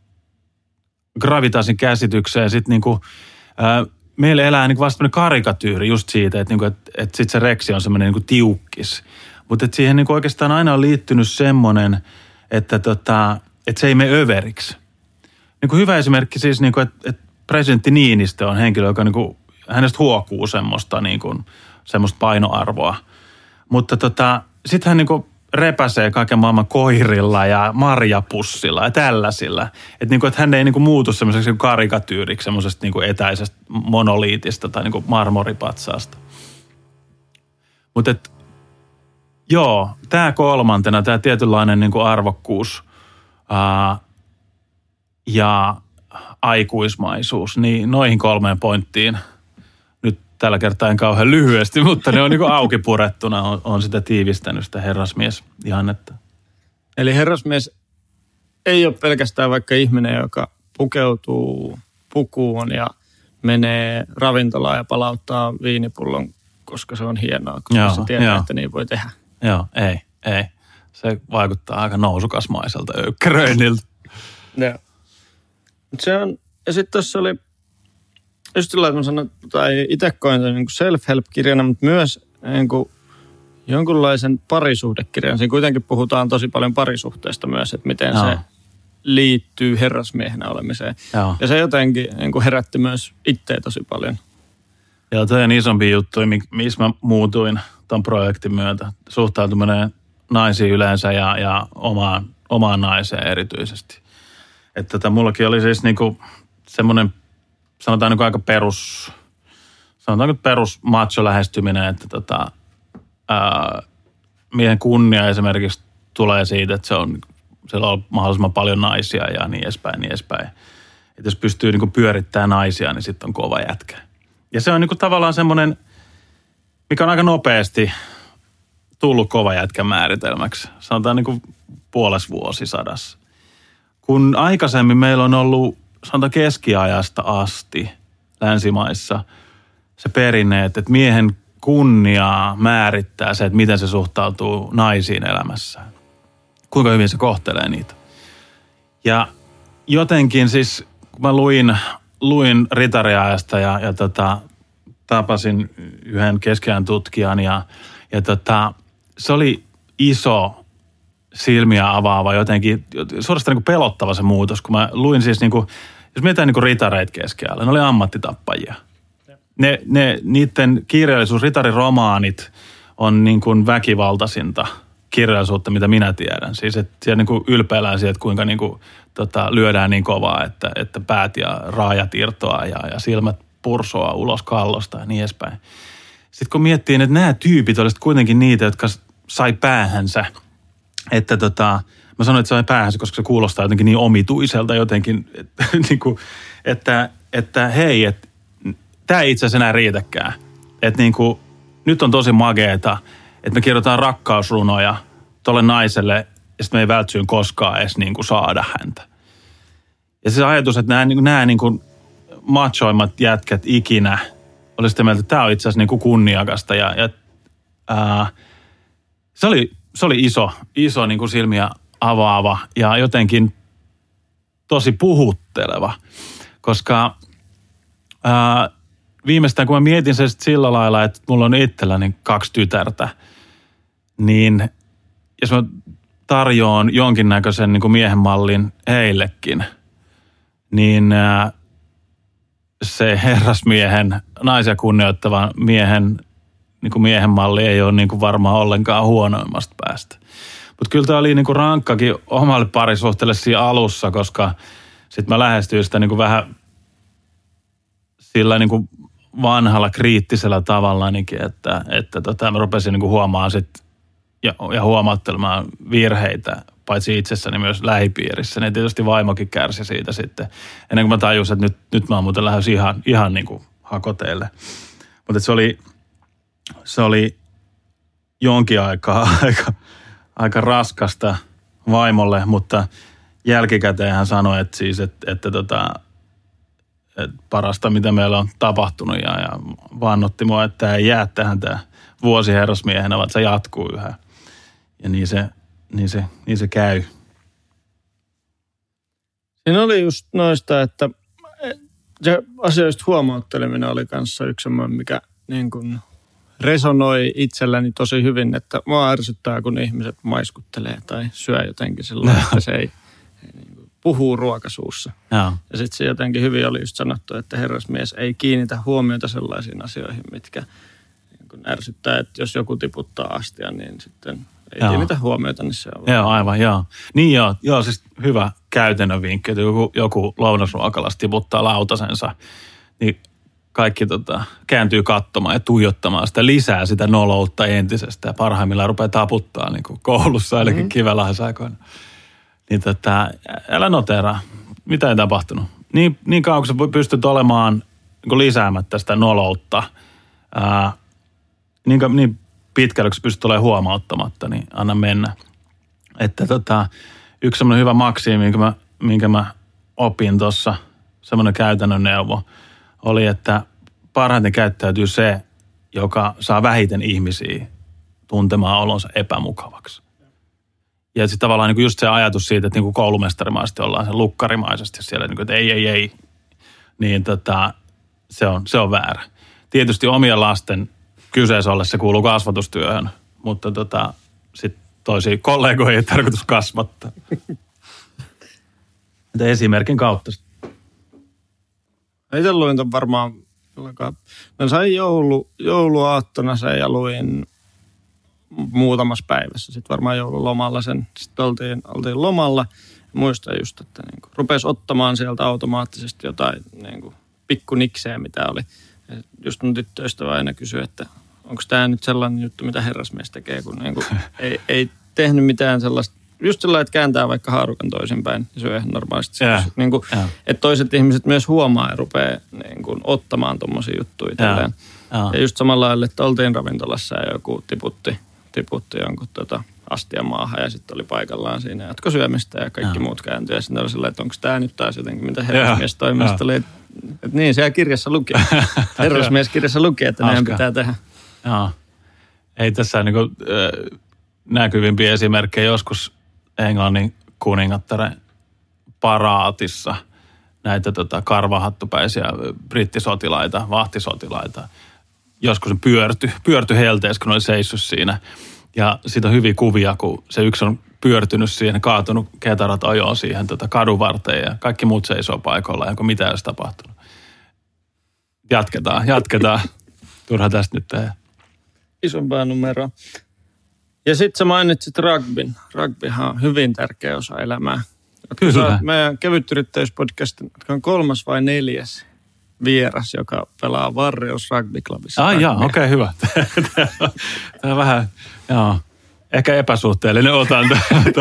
gravitasin käsitykseen sitten niin kuin, ää, meillä elää niin kuin vasta karikatyyri just siitä, että, niin kuin, että, että sitten se reksi on semmoinen niin kuin tiukkis. Mutta siihen niin kuin oikeastaan aina on liittynyt semmoinen, että, tota, että se ei mene överiksi. Niin kuin hyvä esimerkki siis, niin kuin, että, että presidentti Niinistö on henkilö, joka niin kuin, hänestä huokuu semmoista, niin kuin, semmoista painoarvoa. Mutta tota, sitten hän niin kuin repäsee kaiken maailman koirilla ja marjapussilla ja tällaisilla. Että, niin kuin, että hän ei niin kuin muutu semmoiseksi karikatyyriksi, semmoisesta niin kuin etäisestä monoliitista tai niin kuin marmoripatsaasta. Mutta että joo, tämä kolmantena, tämä tietynlainen niin kuin arvokkuus ää, ja aikuismaisuus, niin noihin kolmeen pointtiin nyt tällä kertaa en kauhean lyhyesti, mutta ne on niin kuin auki purettuna, on, on sitä tiivistänyt sitä herrasmies-ihannetta. Eli herrasmies ei ole pelkästään vaikka ihminen, joka pukeutuu pukuun ja menee ravintolaan ja palauttaa viinipullon, koska se on hienoa, koska joo, se tietää, joo. että niin voi tehdä. Joo, ei, ei. Se vaikuttaa aika nousukasmaiselta öykkäröinniltä. Joo. Se on, ja sitten tuossa oli, just sillä tavalla sanon, tai itse koen sen niin self-help-kirjana, mutta myös niin kuin jonkunlaisen parisuhdekirjan. Siinä kuitenkin puhutaan tosi paljon parisuhteesta myös, että miten Joo. se liittyy herrasmiehenä olemiseen. Joo. Ja se jotenkin niin kuin herätti myös itseä tosi paljon. Joo, toi on isompi juttu, missä mä muutuin ton projektin myötä. Suhtautuminen naisiin yleensä ja, ja omaan, omaan naiseen erityisesti. Että tota, mullakin oli siis niinku semmoinen, sanotaan niinku aika perus, sanotaanko perus macho lähestyminen, että tota, ää, miehen kunnia esimerkiksi tulee siitä, että se on, siellä on mahdollisimman paljon naisia ja niin edespäin, niin edespäin. Että jos pystyy niinku pyörittämään naisia, niin sitten on kova jätkä. Ja se on niinku tavallaan semmoinen, mikä on aika nopeasti tullut kova jätkän määritelmäksi. Sanotaan niinku puolessa vuosisadassa. Kun aikaisemmin meillä on ollut, sanotaan keskiajasta asti länsimaissa se perinne, että miehen kunniaa määrittää se, että miten se suhtautuu naisiin elämässään. Kuinka hyvin se kohtelee niitä. Ja jotenkin siis, kun mä luin, luin ritariajasta ja, ja tota, tapasin yhden keskiajan tutkijan ja, ja tota, se oli iso silmiä avaava jotenkin, suorastaan niin kuin pelottava se muutos, kun mä luin siis niin kuin, jos mietitään niin kuin ritareit keskiajalla, ne oli ammattitappajia. Ne, ne, niiden kirjallisuus, ritariromaanit on niin kuin väkivaltaisinta kirjallisuutta, mitä minä tiedän. Siis, että siellä niin kuin ylpeillään siitä, että kuinka niin kuin, tota, lyödään niin kovaa, että, että päät ja raajat irtoaa ja, ja silmät pursoaa ulos kallosta ja niin edespäin. Sitten kun miettii, että nämä tyypit olisivat kuitenkin niitä, jotka sai päähänsä, että tota, mä sanoin, että sai päähänsä, koska se kuulostaa jotenkin niin omituiselta jotenkin, että, niin kuin, että, että hei, että tämä ei itse asiassa enää riitäkään. Että niin kuin, nyt on tosi mageeta, että me kirjoitetaan rakkausrunoja tolle naiselle ja sitten me ei vältsyyn koskaan edes niin kuin saada häntä. Ja se ajatus, että nämä, nämä niin kuin machoimmat jätkät ikinä oli sitä mieltä, että tämä on itse asiassa niin kuin kunniakasta. Ja, ja ää, se, oli, se oli iso, iso niin kuin silmiä avaava ja jotenkin tosi puhutteleva, koska ää, viimeistään kun mä mietin sen sillä lailla, että mulla on itselläni kaksi tytärtä, niin jos mä tarjoan jonkinnäköisen niin kuin miehen mallin heillekin, niin ää, se herrasmiehen, naisia kunnioittavan miehen, niin kuin miehen malli ei ole niin kuin varmaan ollenkaan huonoimmasta päästä. Mutta kyllä tämä oli niin kuin rankkakin omalle parisuhteelle siinä alussa, koska sitten mä lähestyin sitä niin kuin vähän sillä niin kuin vanhalla kriittisellä tavalla ainakin, että, että tota, mä rupesin niin kuin huomaamaan sit ja, ja huomauttelemaan virheitä, paitsi itsessäni myös lähipiirissä. Ja tietysti vaimokin kärsi siitä sitten. Ennen kuin mä tajusin, että nyt, nyt mä oon muuten lähes ihan, ihan niin kuin hakoteille. Mutta se oli, se oli jonkin aikaa aika, aika raskasta vaimolle, mutta jälkikäteen hän sanoi, että siis, että, että, että, että parasta, mitä meillä on tapahtunut ja, ja vannotti mua, että tämä ei jää tähän tämä vuosi herrasmiehenä, vaan se jatkuu yhä. Ja niin se, niin se, niin se käy. Siinä oli just noista, että se asioista huomautteleminen oli kanssa yksi semmoinen, mikä niin kuin resonoi itselläni tosi hyvin, että mua ärsyttää, kun ihmiset maiskuttelee tai syö jotenkin sillä, että se ei, ei niin kuin puhuu ruokasuussa. Ja, ja sitten se jotenkin hyvin oli just sanottu, että herrasmies ei kiinnitä huomiota sellaisiin asioihin, mitkä niin kuin ärsyttää, että jos joku tiputtaa astian, niin sitten ei joo. kiinnitä huomiota, niin se on. Joo, aivan, joo. Niin joo, joo siis hyvä käytännön vinkki, että joku, joku lounasruokalas tiputtaa lautasensa, niin kaikki tota, kääntyy katsomaan ja tuijottamaan sitä, lisää sitä noloutta entisestä ja parhaimmillaan rupeaa taputtaa niin kuin koulussa ainakin mm-hmm. kivelahaisaikoina. Niin tota, älä noteraa, mitä ei tapahtunut. Niin, niin kauan kun sä pystyt olemaan niin kuin lisäämättä sitä noloutta, ää, niin, niin pitkälle kun sä pystyt olemaan huomauttamatta, niin anna mennä. Että tota, yksi semmoinen hyvä maksimi, minkä mä, minkä mä opin tuossa, semmoinen käytännön neuvo, oli, että parhaiten käyttäytyy se, joka saa vähiten ihmisiä tuntemaan olonsa epämukavaksi. Ja sitten tavallaan niin kuin just se ajatus siitä, että niin kuin koulumestarimaisesti ollaan se lukkarimaisesti siellä, niin kuin, että ei, ei, ei, niin tota, se, on, se on väärä. Tietysti omien lasten kyseessä ollessa se kuuluu kasvatustyöhön, mutta tota, sitten toisia kollegoja ei tarkoitus kasvattaa. Että esimerkin kautta. Itse luin ton varmaan, mä sain joulu, jouluaattona sen ja luin muutamassa päivässä. Sitten varmaan joululomalla sen, sitten oltiin, oltiin lomalla. Muistan just, että niin kuin rupesi ottamaan sieltä automaattisesti jotain niin kuin pikkunikseä, mitä oli. Ja just mun tyttöystävä aina kysyi, että onko tämä nyt sellainen juttu, mitä herrasmies tekee, kun niin kuin ei, ei tehnyt mitään sellaista. Just sellainen, että kääntää vaikka haarukan toisinpäin ja syö ihan normaalisti. Yeah. Niin kuin, yeah. Että toiset ihmiset myös huomaa ja rupeaa niin kuin ottamaan tommosia juttuja. Yeah. Yeah. Ja just samalla lailla, että oltiin ravintolassa ja joku tiputti, tiputti jonkun tota astian maahan ja sitten oli paikallaan siinä jatko syömistä ja kaikki yeah. muut kääntyi. Ja sitten oli sellainen, että onko tämä nyt taas jotenkin, mitä herrasmies toimista oli. Että niin, siellä kirjassa luki. Herrasmieskirjassa luki, että näin pitää tehdä. Joo. Ei tässä niin kuin, äh, näkyvimpiä esimerkkejä joskus Englannin kuningattaren paraatissa näitä tota, karvahattupäisiä brittisotilaita, vahtisotilaita. Joskus se pyörtyi, pyörtyi helteessä, kun oli seissyt siinä. Ja siitä on hyviä kuvia, kun se yksi on pyörtynyt siihen, kaatunut ketarat ajoon siihen tota, kadun varteen ja kaikki muut seisoo paikoilla, ja kun mitä olisi tapahtunut. Jatketaan, jatketaan. Turha tästä nyt tehdä. Isompaa numeroa. Ja sitten sä mainitsit rugbyn. Rugbyhan on hyvin tärkeä osa elämää. Kyllä. Meidän kevytyrittäjyyspodcastin, jotka on kolmas vai neljäs vieras, joka pelaa Varreus Rugby Clubissa. Ah jaa, okei, okay, hyvä. Tämä on vähän, joo, ehkä epäsuhteellinen otanta.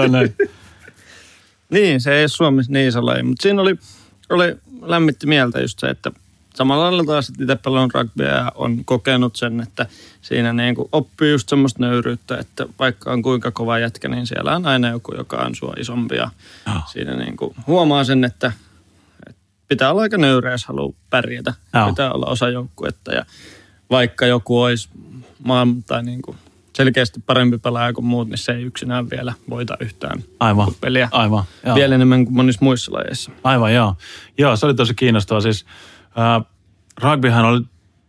Niin, se ei ole Suomessa niin iso laji, mutta siinä oli, oli lämmitti mieltä just se, että samalla lailla taas, että itse pelannut rugbya ja on kokenut sen, että siinä niin kuin oppii just semmoista nöyryyttä, että vaikka on kuinka kova jätkä, niin siellä on aina joku, joka on sua isompi. Ja oh. Siinä niin kuin huomaa sen, että pitää olla aika nöyrä, jos haluaa pärjätä. Oh. Pitää olla osa joukkuetta ja vaikka joku olisi maan tai niin kuin selkeästi parempi pelaaja kuin muut, niin se ei yksinään vielä voita yhtään Aivan. peliä. Aivan. Joo. Vielä enemmän kuin monissa muissa lajeissa. Aivan, joo. Joo, se oli tosi kiinnostavaa. Siis Uh, rugbyhan oli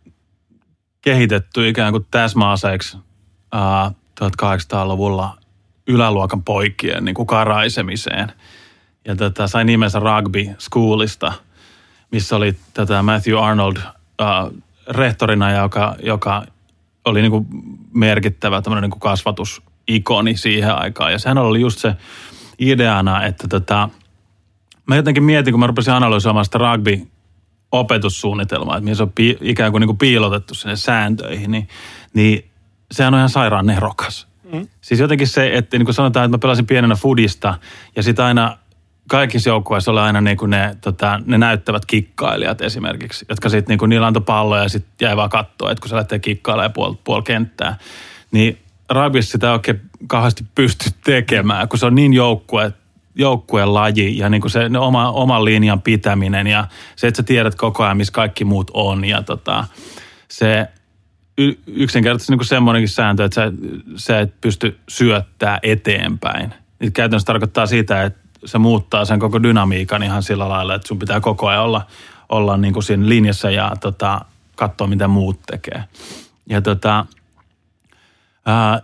kehitetty ikään kuin täsmäaseeksi uh, tuhatkahdeksansataaluvulla yläluokan poikien niin kuin karaisemiseen. Ja tätä sai nimensä Rugby Schoolista, missä oli tätä Matthew Arnold uh, rehtorina, joka, joka oli niin kuin merkittävä tämmöinen niin kuin kasvatusikoni siihen aikaan. Ja sehän oli just se ideana, että tätä, mä jotenkin mietin, kun mä rupesin analysoimaan sitä rugby opetussuunnitelmaa, että mihin se on pi- ikään kuin, niin kuin piilotettu sinne sääntöihin, niin, niin sehän on ihan sairaan nerokas. Mm. Siis jotenkin se, että niin kuin sanotaan, että mä pelasin pienenä fudista ja sitten aina kaikissa joukkueissa oli aina niin kuin ne, tota, ne näyttävät kikkailijat esimerkiksi, jotka sitten niin kuin niillä antoi palloja ja sitten jäi vaan katsoa, että kun se lähtee kikkailemaan puol, puol kenttää, niin rugbyssa sitä ei oikein kauheasti pysty tekemään, kun se on niin joukkue, joukkueen laji ja niin kuin se oma, oman linjan pitäminen ja se, että sä tiedät koko ajan, missä kaikki muut on ja tota, se y- yksinkertaisesti niin kuin semmoinenkin sääntö, että sä, sä et pysty syöttää eteenpäin. Niin käytännössä tarkoittaa sitä, että se muuttaa sen koko dynamiikan ihan sillä lailla, että sun pitää koko ajan olla, olla niin kuin siinä linjassa ja tota, katsoa, mitä muut tekee. Ja tota, ää,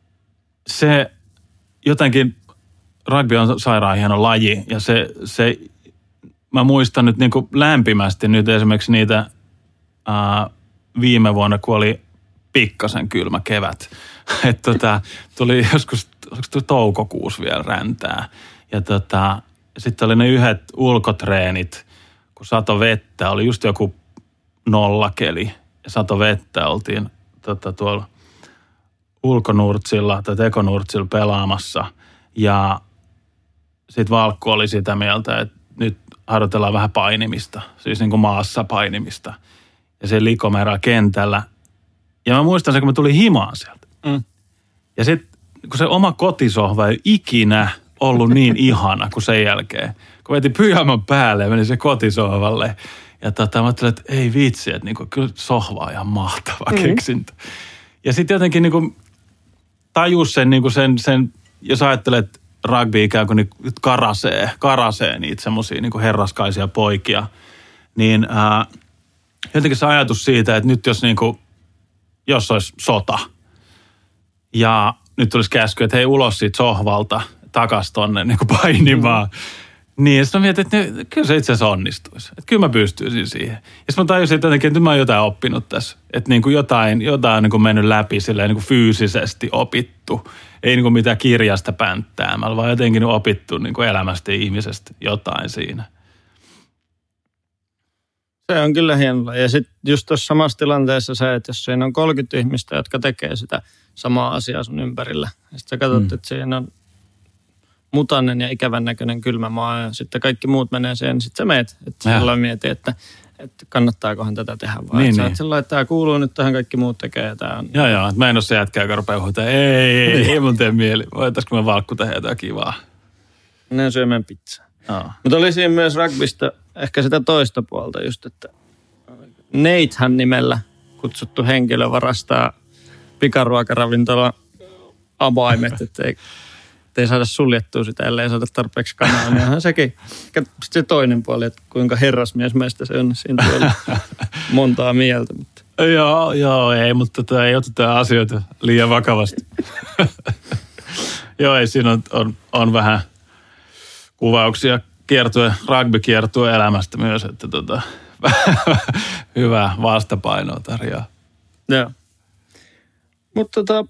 se jotenkin rugby on sairaan hieno laji ja se, se mä muistan nyt niin kuin lämpimästi nyt esimerkiksi niitä ää, viime vuonna, kun oli pikkasen kylmä kevät. Että tota, tuli joskus tuli toukokuussa vielä räntää. Ja tota, sitten oli ne yhdet ulkotreenit, kun sato vettä, oli just joku nollakeli ja sato vettä, oltiin tota, tuolla ulkonurtsilla tai tekonurtsilla pelaamassa ja sitten Valkku oli sitä mieltä, että nyt harjoitellaan vähän painimista, siis niin kuin maassa painimista. Ja se likomerää kentällä. Ja mä muistan sen, kun mä tulin himaan sieltä. Mm. Ja sitten, kun se oma kotisohva ei ikinä ollut niin ihana kuin sen jälkeen. Kun veti pyjaman päälle ja meni se kotisohvalle. Ja tota, mä ajattelin, että ei vitsi, että niinku, kyllä sohva on ihan mahtava mm. keksintö. Ja sitten jotenkin niinku, tajus sen, niinku sen, sen, jos ajattelet, rugby ikään kuin karasee, karasee niitä semmoisia niin kuin herraskaisia poikia, niin ää, jotenkin se ajatus siitä, että nyt jos, niin kuin, jos olisi sota ja nyt tulisi käsky, että hei ulos siitä sohvalta takas tonne niin kuin painimaan, mm. Niin, ja sitten mä mietin, että ne, kyllä se itse asiassa onnistuisi. Että kyllä mä pystyisin siihen. Ja sitten mä tajusin, että, että mä oon jotain oppinut tässä. Että niin kuin jotain, jotain on niin kuin mennyt läpi silleen niin kuin fyysisesti opittu. Ei niin kuin mitään kirjasta pänttäämällä, vaan jotenkin opittu niin kuin elämästä ja ihmisestä jotain siinä. Se on kyllä hienoa. Ja sitten just tuossa samassa tilanteessa se, että jos siinä on kolmekymmentä ihmistä, jotka tekee sitä samaa asiaa sun ympärillä. Ja sitten sä katsot, mm. että siinä on mutainen ja ikävän näköinen kylmä maa ja sitten kaikki muut menee siihen, niin sitten sä meet. Että silloin mietit, että, että kannattaakohan tätä tehdä vai. Niin, että niin. Sä että tämä kuuluu nyt tähän, kaikki muut tekee ja tämä on. Joo, joo. Mä en ole se jätkä, joka rupeaa huutaa, ei, ei, ei, ei mun tee mieli. Voitaisko me valkku tehdä jotain kivaa? Ne syömään pizzaa. No. Mutta oli siinä myös rugbysta ehkä sitä toista puolta just, että Neithän nimellä kutsuttu henkilö varastaa pikaruokaravintola avaimet, ettei ei saada suljettua sitä, ellei saada tarpeeksi kanaa. Niin sekin sitten se toinen puoli, että kuinka herrasmies meistä se on. Siinä on montaa mieltä. Mutta. Joo, joo, ei, mutta tota, ei oteta asioita liian vakavasti. Joo, ei, siinä on, on, on vähän kuvauksia kiertue, rugby-kiertue elämästä myös, että tota, hyvää vastapainoa tarjoaa. Joo. Mutta tota,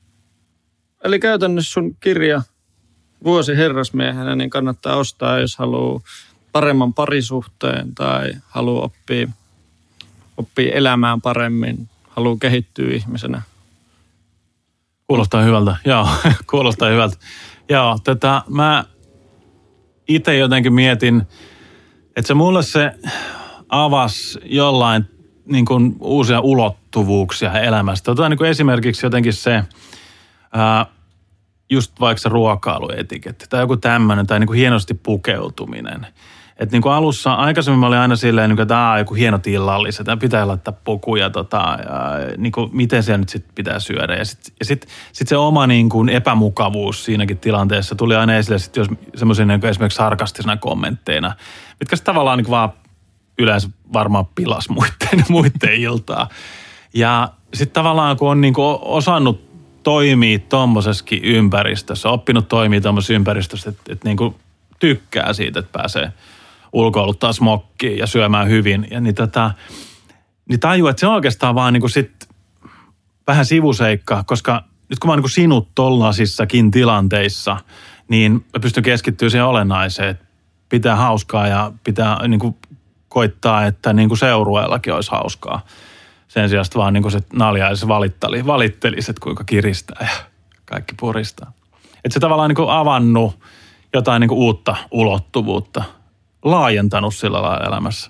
eli käytännössä sun kirja Vuosi herrasmiehenä, niin kannattaa ostaa, jos haluaa paremman parisuhteen tai haluaa oppia, oppia elämään paremmin, haluaa kehittyä ihmisenä. Kuulostaa hyvältä, joo, kuulostaa hyvältä. Joo, tätä mä itse jotenkin mietin, että se mulle se avasi jollain niin kuin uusia ulottuvuuksia elämästä. Otetaan niin kuin esimerkiksi jotenkin se, ää, just vaikka se ruokailuetiketti tai joku tämmöinen tai niin kuin hienosti pukeutuminen. Että niin kuin alussa, aikaisemmin mä olin aina silleen, että aah, joku hieno tillalliset, pitää laittaa pukuja, tota, ja, niin kuin, miten se nyt sitten pitää syödä. Ja sitten sit, sit se oma niin kuin epämukavuus siinäkin tilanteessa tuli aina esille sitten jos semmoisia niin esimerkiksi sarkastisena kommentteina, mitkä sitten tavallaan niin kuin vaan yleensä varmaan pilas muiden, muiden iltaa. Ja sitten tavallaan kun on niin kuin osannut toimia tommosessakin ympäristössä, oppinut toimia tommosessa ympäristössä, että, että niin kuin tykkää siitä, että pääsee ulkoiluttaa smokkiin ja syömään hyvin. Ja niin, tota, niin tajuu, että se on oikeastaan vaan niin kuin sit vähän sivuseikka, koska nyt kun mä oon niin kuin sinut tollaisissakin tilanteissa, niin mä pystyn keskittyä siihen olennaiseen, että pitää hauskaa ja pitää niin kuin koittaa, että niin kuin seurueellakin olisi hauskaa. Sen sijaan vaan niin kuin se naljaisi valitteli, valittelisi, että kuinka kiristää ja kaikki puristaa. Että se tavallaan niin kuin avannut jotain niin kuin uutta ulottuvuutta, laajentanut sillä lailla elämässä.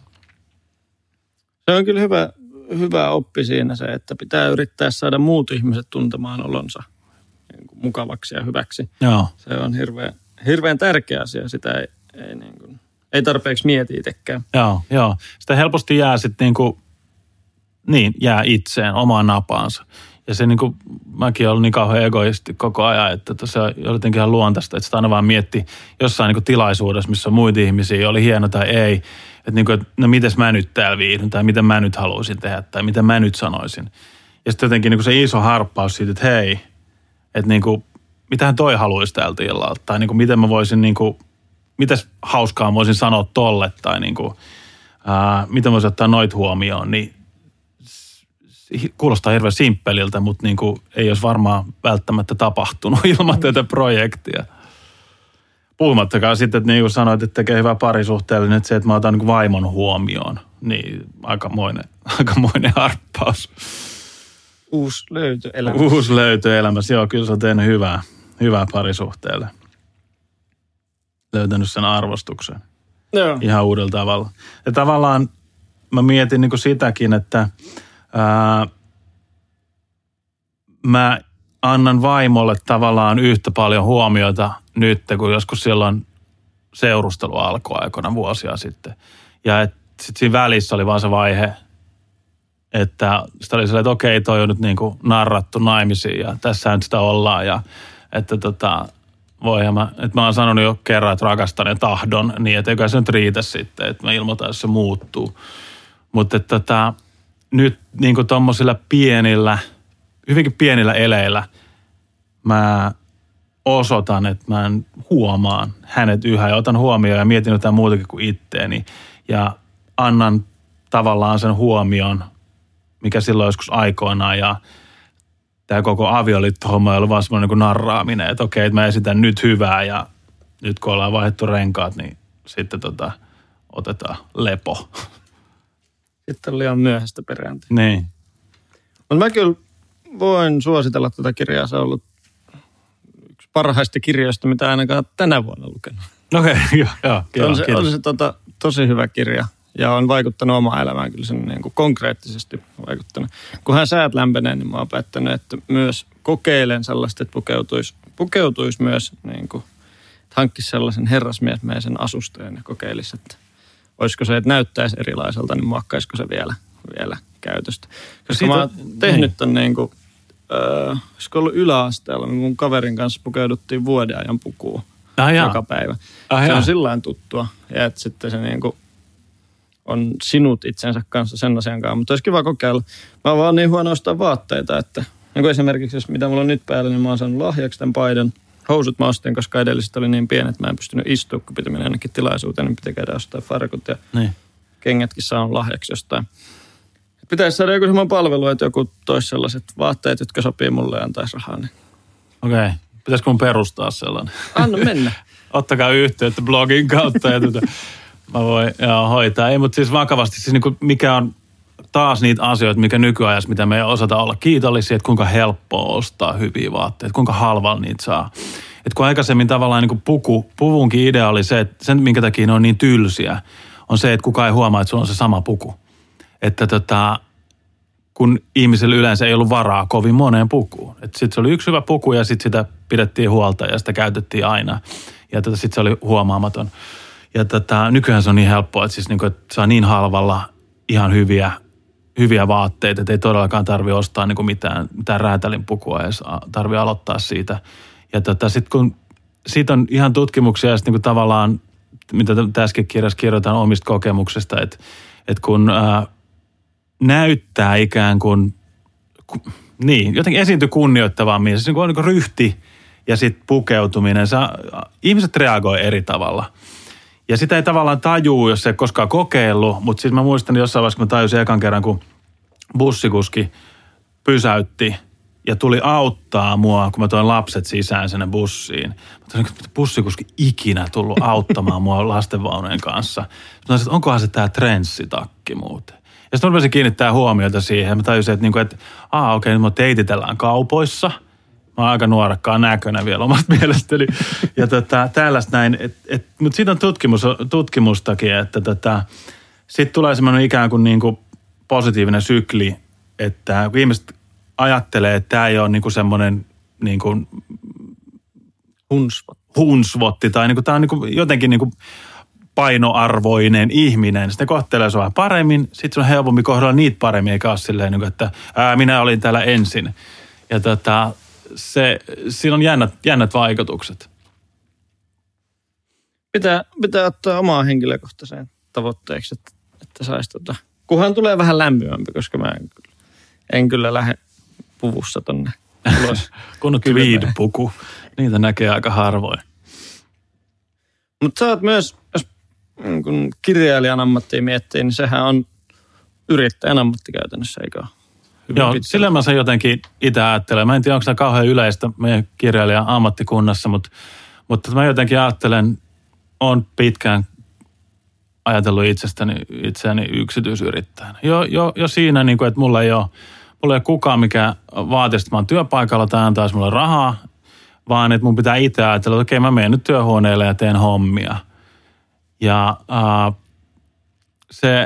Se on kyllä hyvä, hyvä oppi siinä se, että pitää yrittää saada muut ihmiset tuntemaan olonsa niin kuin mukavaksi ja hyväksi. Joo. Se on hirveän, hirveän tärkeä asia, sitä ei, ei, niin kuin, ei tarpeeksi mieti itsekään. Joo, joo. Sitä helposti jää sitten niin kuin, niin, jää itseen, omaan napaansa. Ja se niin kuin, mäkin olen niin kauhean egoisti koko ajan, että se on jotenkin ihan luontaista, että sitä aina vaan mietti jossain niin kuin tilaisuudessa, missä on muita ihmisiä, oli hieno tai ei. Että niin kuin, että no mites mä nyt täällä viihdyn, tai mitä mä nyt haluaisin tehdä, tai mitä mä nyt sanoisin. Ja sitten jotenkin niin kuin se iso harppaus siitä, että hei, että niin kuin, mitähän toi haluaisi täältä illalta, tai niin kuin, miten mä voisin, niin kuin, mitäs hauskaa voisin sanoa tolle, tai niin kuin, ää, miten voisin ottaa noit huomioon, niin kuulostaa hirveän simppeliltä, mutta niin kuin ei olisi varmaan välttämättä tapahtunut ilman tätä projektia. Puhumattakaan sitten, että niin kuin sanoit, että tekee hyvää parisuhteellinen, että se, että mä otan niin kuin vaimon huomioon, niin aikamoinen, aikamoinen harppaus. Uusi löytö elämässä. Uusi löytö elämässä, joo, kyllä se on tehnyt hyvää, hyvää parisuhteelle. Löytänyt sen arvostuksen. Joo. Ihan uudella tavalla. Ja tavallaan mä mietin niin kuin sitäkin, että Ää, mä annan vaimolle tavallaan yhtä paljon huomiota nyt, kun joskus silloin seurustelu alkoi aikoina vuosia sitten. Ja sitten siinä välissä oli vaan se vaihe, että sitä oli silleen, että okei, toi on nyt niin kuin narrattu naimisiin ja tässähän sitä ollaan. Ja että tota, voihan mä, että mä oon sanonut jo kerran, että rakastan ja tahdon, niin että eikä se nyt riitä sitten, että mä ilmoitan, jos se muuttuu. Mutta että tota, nyt niin kuin tommosilla pienillä, hyvinkin pienillä eleillä mä osoitan, että mä huomaan hänet yhä ja otan huomioon ja mietin jotain muutakin kuin itteeni ja annan tavallaan sen huomion, mikä silloin joskus aikoinaan ja tämä koko avioliittohomma ei ollut vaan semmoinen niin narraaminen, että okei, että mä esitän nyt hyvää ja nyt kun ollaan vaihdettu renkaat, niin sitten tota, otetaan lepo. Sitten on liian myöhäistä perjantai. Niin. Mutta mä kyllä voin suositella tätä kirjaa. Se on ollut yksi parhaista kirjoista, mitä ainakaan tänä vuonna lukenut. Okei, okay, joo, joo. Kiva, on se, on se tota, tosi hyvä kirja ja on vaikuttanut omaan elämään kyllä sen niin kuin konkreettisesti vaikuttanut. Kun hän säät lämpenee, niin mä oon päättänyt, että myös kokeilen sellaista, että pukeutuisi, pukeutuisi myös, niin kuin, että hankkisi sellaisen herrasmiesmäisen asusteen ja kokeilisi, että olisiko se, että näyttäisi erilaiselta, niin muokkaisiko se vielä, vielä käytöstä. Koska siitä, mä oon tehnyt niin. ton niin kuin, äh, olisiko ollut yläasteella, mun kaverin kanssa pukeuduttiin vuoden ajan pukuun ah, joka päivä. Ah, se on sillain tuttua ja että sitten se niin kuin on sinut itsensä kanssa sen asian kanssa, mutta olisi kiva kokeilla. Mä oon vaan niin huono ostaa vaatteita, että niin kuin esimerkiksi jos mitä mulla on nyt päällä, niin mä oon saanut lahjaksi tämän paidan. Housut mä ostin, koska edelliset oli niin pienet, että mä en pystynyt istua, kun piti mennä ainakin tilaisuuteen, niin piti käydä ostaa farkut ja niin. Kengätkin saanut lahjaksi jostain. Pitäisi saada joku semmoinen palvelu, että joku toisi sellaiset vaatteet, jotka sopii mulle ja antaisi rahaa. Niin. Okei. Okay. Pitäisikö mun perustaa sellainen? Anna mennä. Ottakaa yhteyttä blogin kautta ja tuota, mä voin joo, hoitaa. Ei, mutta siis vakavasti, siis niinku, mikä on taas niitä asioita, mikä nykyajassa, mitä me ei osata olla kiitollisia, että kuinka helppoa ostaa hyviä vaatteita, kuinka halvalla niitä saa. Että kun aikaisemmin tavallaan niin kuin puku, puvunkin idea oli se, että sen minkä takia ne on niin tylsiä, on se, että kukaan ei huomaa, että sulla on se sama puku. Että tota, kun ihmisellä yleensä ei ollut varaa kovin moneen pukuun. Että sitten se oli yksi hyvä puku ja sitten sitä pidettiin huolta ja sitä käytettiin aina. Ja tota, sitten se oli huomaamaton. Ja tota, nykyään se on niin helppoa, että, siis niin kuin, että saa niin halvalla ihan hyviä hyviä vaatteita, että ei todellakaan tarvitse ostaa niin kuin mitään, mitään räätälin pukua ja tarvitse aloittaa siitä. Ja tota, sitten kun siitä on ihan tutkimuksia ja sitten niin kuin tavallaan, mitä tässäkin kirjassa kirjoitetaan omista kokemuksista, että, että kun ää, näyttää ikään kuin, ku, niin, jotenkin esiintyy kunnioittavammin, siis niin kuin on niin kuin ryhti ja sitten pukeutuminen, sä, ihmiset reagoi eri tavalla. Ja sitä ei tavallaan tajuu, jos ei koskaan kokeillut, mutta siis mä muistan jossain vaiheessa, kun mä tajusin ekan kerran, kun bussikuski pysäytti ja tuli auttaa mua, kun mä toin lapset sisään sinne bussiin. Mä toin, että bussikuski ikinä tullut auttamaan mua lastenvaunujen kanssa. Mä toin, että onkohan se tää trenssitakki muuten. Ja sitten mä rupesin kiinnittää huomiota siihen. Mä tajusin, että, että aah okei, nyt me teititellään kaupoissa. Mä oon aika nuorekkaan näkönä vielä omasta mielestäni. Ja tota, tällaista näin. Et, et, mutta siitä on tutkimus, tutkimustakin, että tota, sitten tulee semmoinen ikään kuin, niin kuin positiivinen sykli, että kun ihmiset ajattelee, että tämä ei ole niin kuin semmoinen niin kuin hunsvotti. hunsvotti tai niin kuin, tämä on niin kuin jotenkin niin kuin painoarvoinen ihminen. Sitten kohtelee se vähän paremmin, sitten se on helpommin kohdella niitä paremmin, eikä ole silleen, niin kuin, että ää, minä olin täällä ensin. Ja tota, se, siinä on jännät, jännät vaikutukset. Pitää, pitää ottaa omaa henkilökohtaiseen tavoitteeksi, että, että saisi tota, kunhan tulee vähän lämpimämpi, koska mä en, en kyllä lähde puvussa tonne ulos. Kun on tweed-puku, niitä näkee aika harvoin. Mutta sä oot myös, jos kun kirjailijan ammattia miettii, niin sehän on yrittäjän ammatti käytännössä, eikö ole? Joo, sillä mä sen jotenkin itse ajattelen. Mä en tiedä, onko tämä kauhean yleistä meidän kirjailijan ammattikunnassa, mutta, mutta mä jotenkin ajattelen, olen pitkään ajatellut itsestäni, itseäni yksityisyrittäjänä. Jo, jo, jo siinä, niin kuin, että mulla ei ole, mulla ei ole kukaan, mikä vaatisi, että mä oon työpaikalla tai antaisi mulle rahaa, vaan että mun pitää itse ajatella, että okei, mä menen nyt työhuoneelle ja teen hommia. Ja äh, se,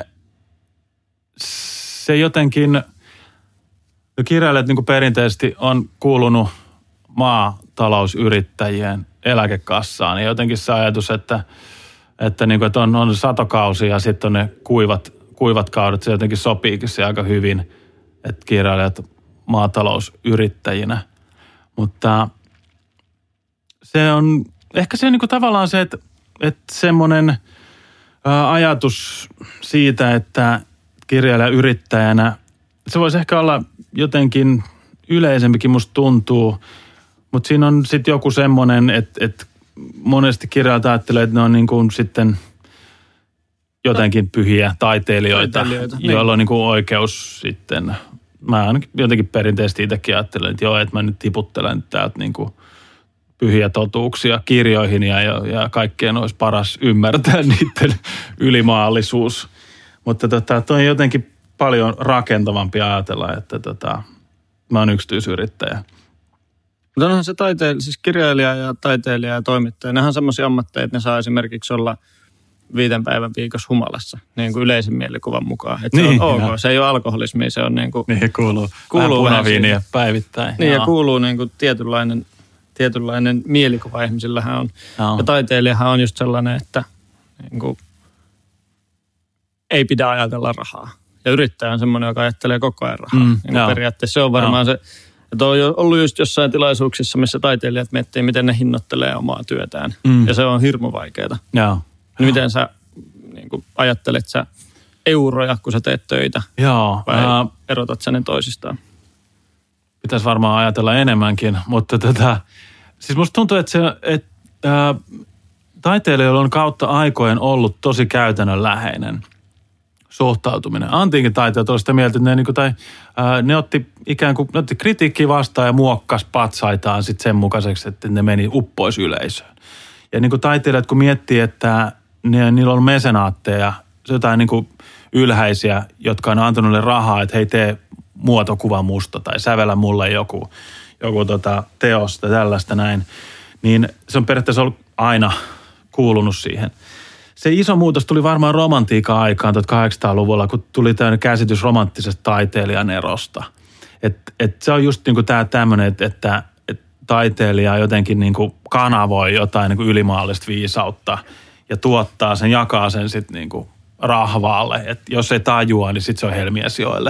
se jotenkin, kirjailijat niin kuin perinteisesti on kuulunut maatalousyrittäjien eläkekassaan. Ja jotenkin se ajatus, että, että, niin kuin, että on, on satokausi ja sitten on ne kuivat, kuivat kaudet, se jotenkin sopiikin se aika hyvin, että kirjailijat maatalousyrittäjinä. Mutta se on ehkä se niin kuin tavallaan se, että, että semmoinen ää, ajatus siitä, että kirjailija yrittäjänä, se voisi ehkä olla jotenkin yleisempikin, musta tuntuu, Mutta siinä on sitten joku semmoinen, että et monesti kirjailijat ajattelee, että ne on niin kuin sitten jotenkin pyhiä taiteilijoita, taiteilijoita joilla niin. on niin kuin oikeus sitten. Mä ainakin jotenkin perinteisesti itsekin ajattelen, että joo, että mä nyt tiputtelen täältä niin kuin pyhiä totuuksia kirjoihin ja, ja kaikkien olisi paras ymmärtää niiden ylimaallisuus. Mutta tota, toi on jotenkin paljon rakentavampi ajatella, että tota, mä oon yksityisyrittäjä. Mutta onhan se taiteilija, siis kirjailija ja taiteilija ja toimittaja, nehän on semmoisia ammatteja, että ne saa esimerkiksi olla viiden päivän viikossa humalassa, niin kuin yleisen mielikuvan mukaan. Että niin, se on ok, se ei ole alkoholismia, se on niin kuin... Niin, kuuluu, kuuluu vähän punaviiniä päivittäin. Niin, ja kuuluu niin kuin tietynlainen, tietynlainen mielikuva ihmisillähän on. Joo. Ja taiteilijahan on just sellainen, että niin kuin, ei pidä ajatella rahaa. Ja yrittäjä on semmoinen, joka ajattelee koko ajan rahaa. Mm, niin periaatteessa se on varmaan Joo. se... Että on ollut just jossain tilaisuuksissa, missä taiteilijat miettii, miten ne hinnoittelee omaa työtään. Mm. Ja se on hirmu vaikeaa. Joo. Niin miten sä niin kuin ajattelet sä euroja, kun sä teet töitä? Joo. Vai uh, erotat sä ne toisistaan? Pitäisi varmaan ajatella enemmänkin, mutta tätä... Siis musta tuntuu, että se... Että, äh, taiteilijoilla on kautta aikojen ollut tosi käytännönläheinen suhtautuminen. Antiikin taiteilijat oli sitä mieltä, että ne, niin kuin, tai, ää, ne, otti ikään kuin, ne otti kritiikkiä vastaan ja muokkas patsaitaan sit sen mukaiseksi, että ne meni uppois yleisöön. Ja niin kuin taiteilijat, kun miettii, että ne, niillä on mesenaatteja, jotain niin kuin ylhäisiä, jotka on antanut ne rahaa, että hei tee muotokuva musta tai sävellä mulle joku, joku tota, teos tai tällaista näin, niin se on periaatteessa ollut aina kuulunut siihen. Se iso muutos tuli varmaan romantiikan aikaan tuhatkahdeksansataaluvulla, kun tuli tämmöinen käsitys romanttisesta taiteilijan erosta. Että et se on just niinku tämä tämmöinen, että, että, että taiteilija jotenkin niinku kanavoi jotain niinku ylimaallista viisautta ja tuottaa sen, jakaa sen sitten niinku rahvaalle. Että jos ei tajua, niin sitten se on helmiesijoille.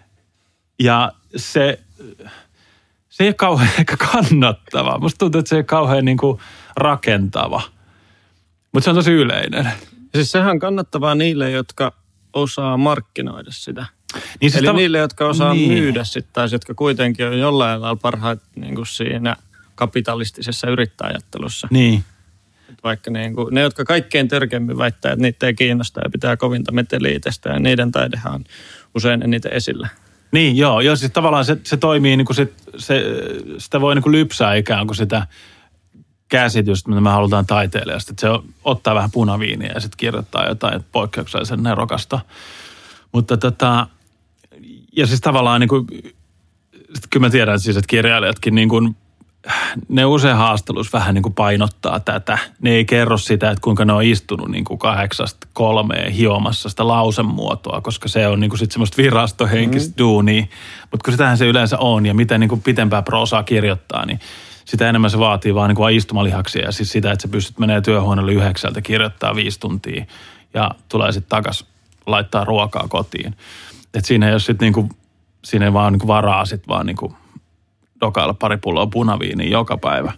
Ja se, se ei ole kauhean ehkä kannattava. Musta tuntuu, että se ei ole kauhean niinku rakentava. Mutta se on tosi yleinen. Siis sehän on kannattavaa niille, jotka osaa markkinoida sitä. Niin siis Eli tav- niille, jotka osaa niin. myydä sitä, tai jotka kuitenkin on jollain lailla parhaat niin kuin siinä kapitalistisessa yrittäjäajattelussa. Niin. Et vaikka niin kuin, ne, jotka kaikkein törkeämmin väittää, että niitä ei kiinnosta ja pitää kovinta meteliä itsestä, ja niiden taidehan on usein eniten esillä. Niin, joo. joo siis tavallaan se, se toimii, niin kuin se, se, sitä voi niin kuin lypsää ikään kuin sitä käsitystä, mitä me halutaan taiteilijasta. Että se ottaa vähän punaviiniä ja sitten kirjoittaa jotain poikkeuksellisen nerokasta. Mutta tota, ja siis tavallaan niin kuin, kyllä mä tiedän siis, että kirjailijatkin niin kuin, ne usein haasteluissa vähän niin kuin painottaa tätä. Ne ei kerro sitä, että kuinka ne on istunut niin kuin kahdeksasta kolmeen hiomassa sitä lausemuotoa, koska se on niin kuin sitten semmoista virastohenkistä mm. duunia. Mutta kun sitähän se yleensä on ja miten niin kuin pitempää proosaa kirjoittaa, niin sitä enemmän se vaatii vaan niin kuin istumalihaksia ja siis sitä, että sä pystyt menee työhuoneelle yhdeksältä, kirjoittaa viisi tuntia ja tulee sitten takas laittaa ruokaa kotiin. Että siinä ei ole sitten niin kuin, siinä ei vaan niin kuin varaa sitten vaan niin kuin dokailla pari pulloa punaviiniä joka päivä.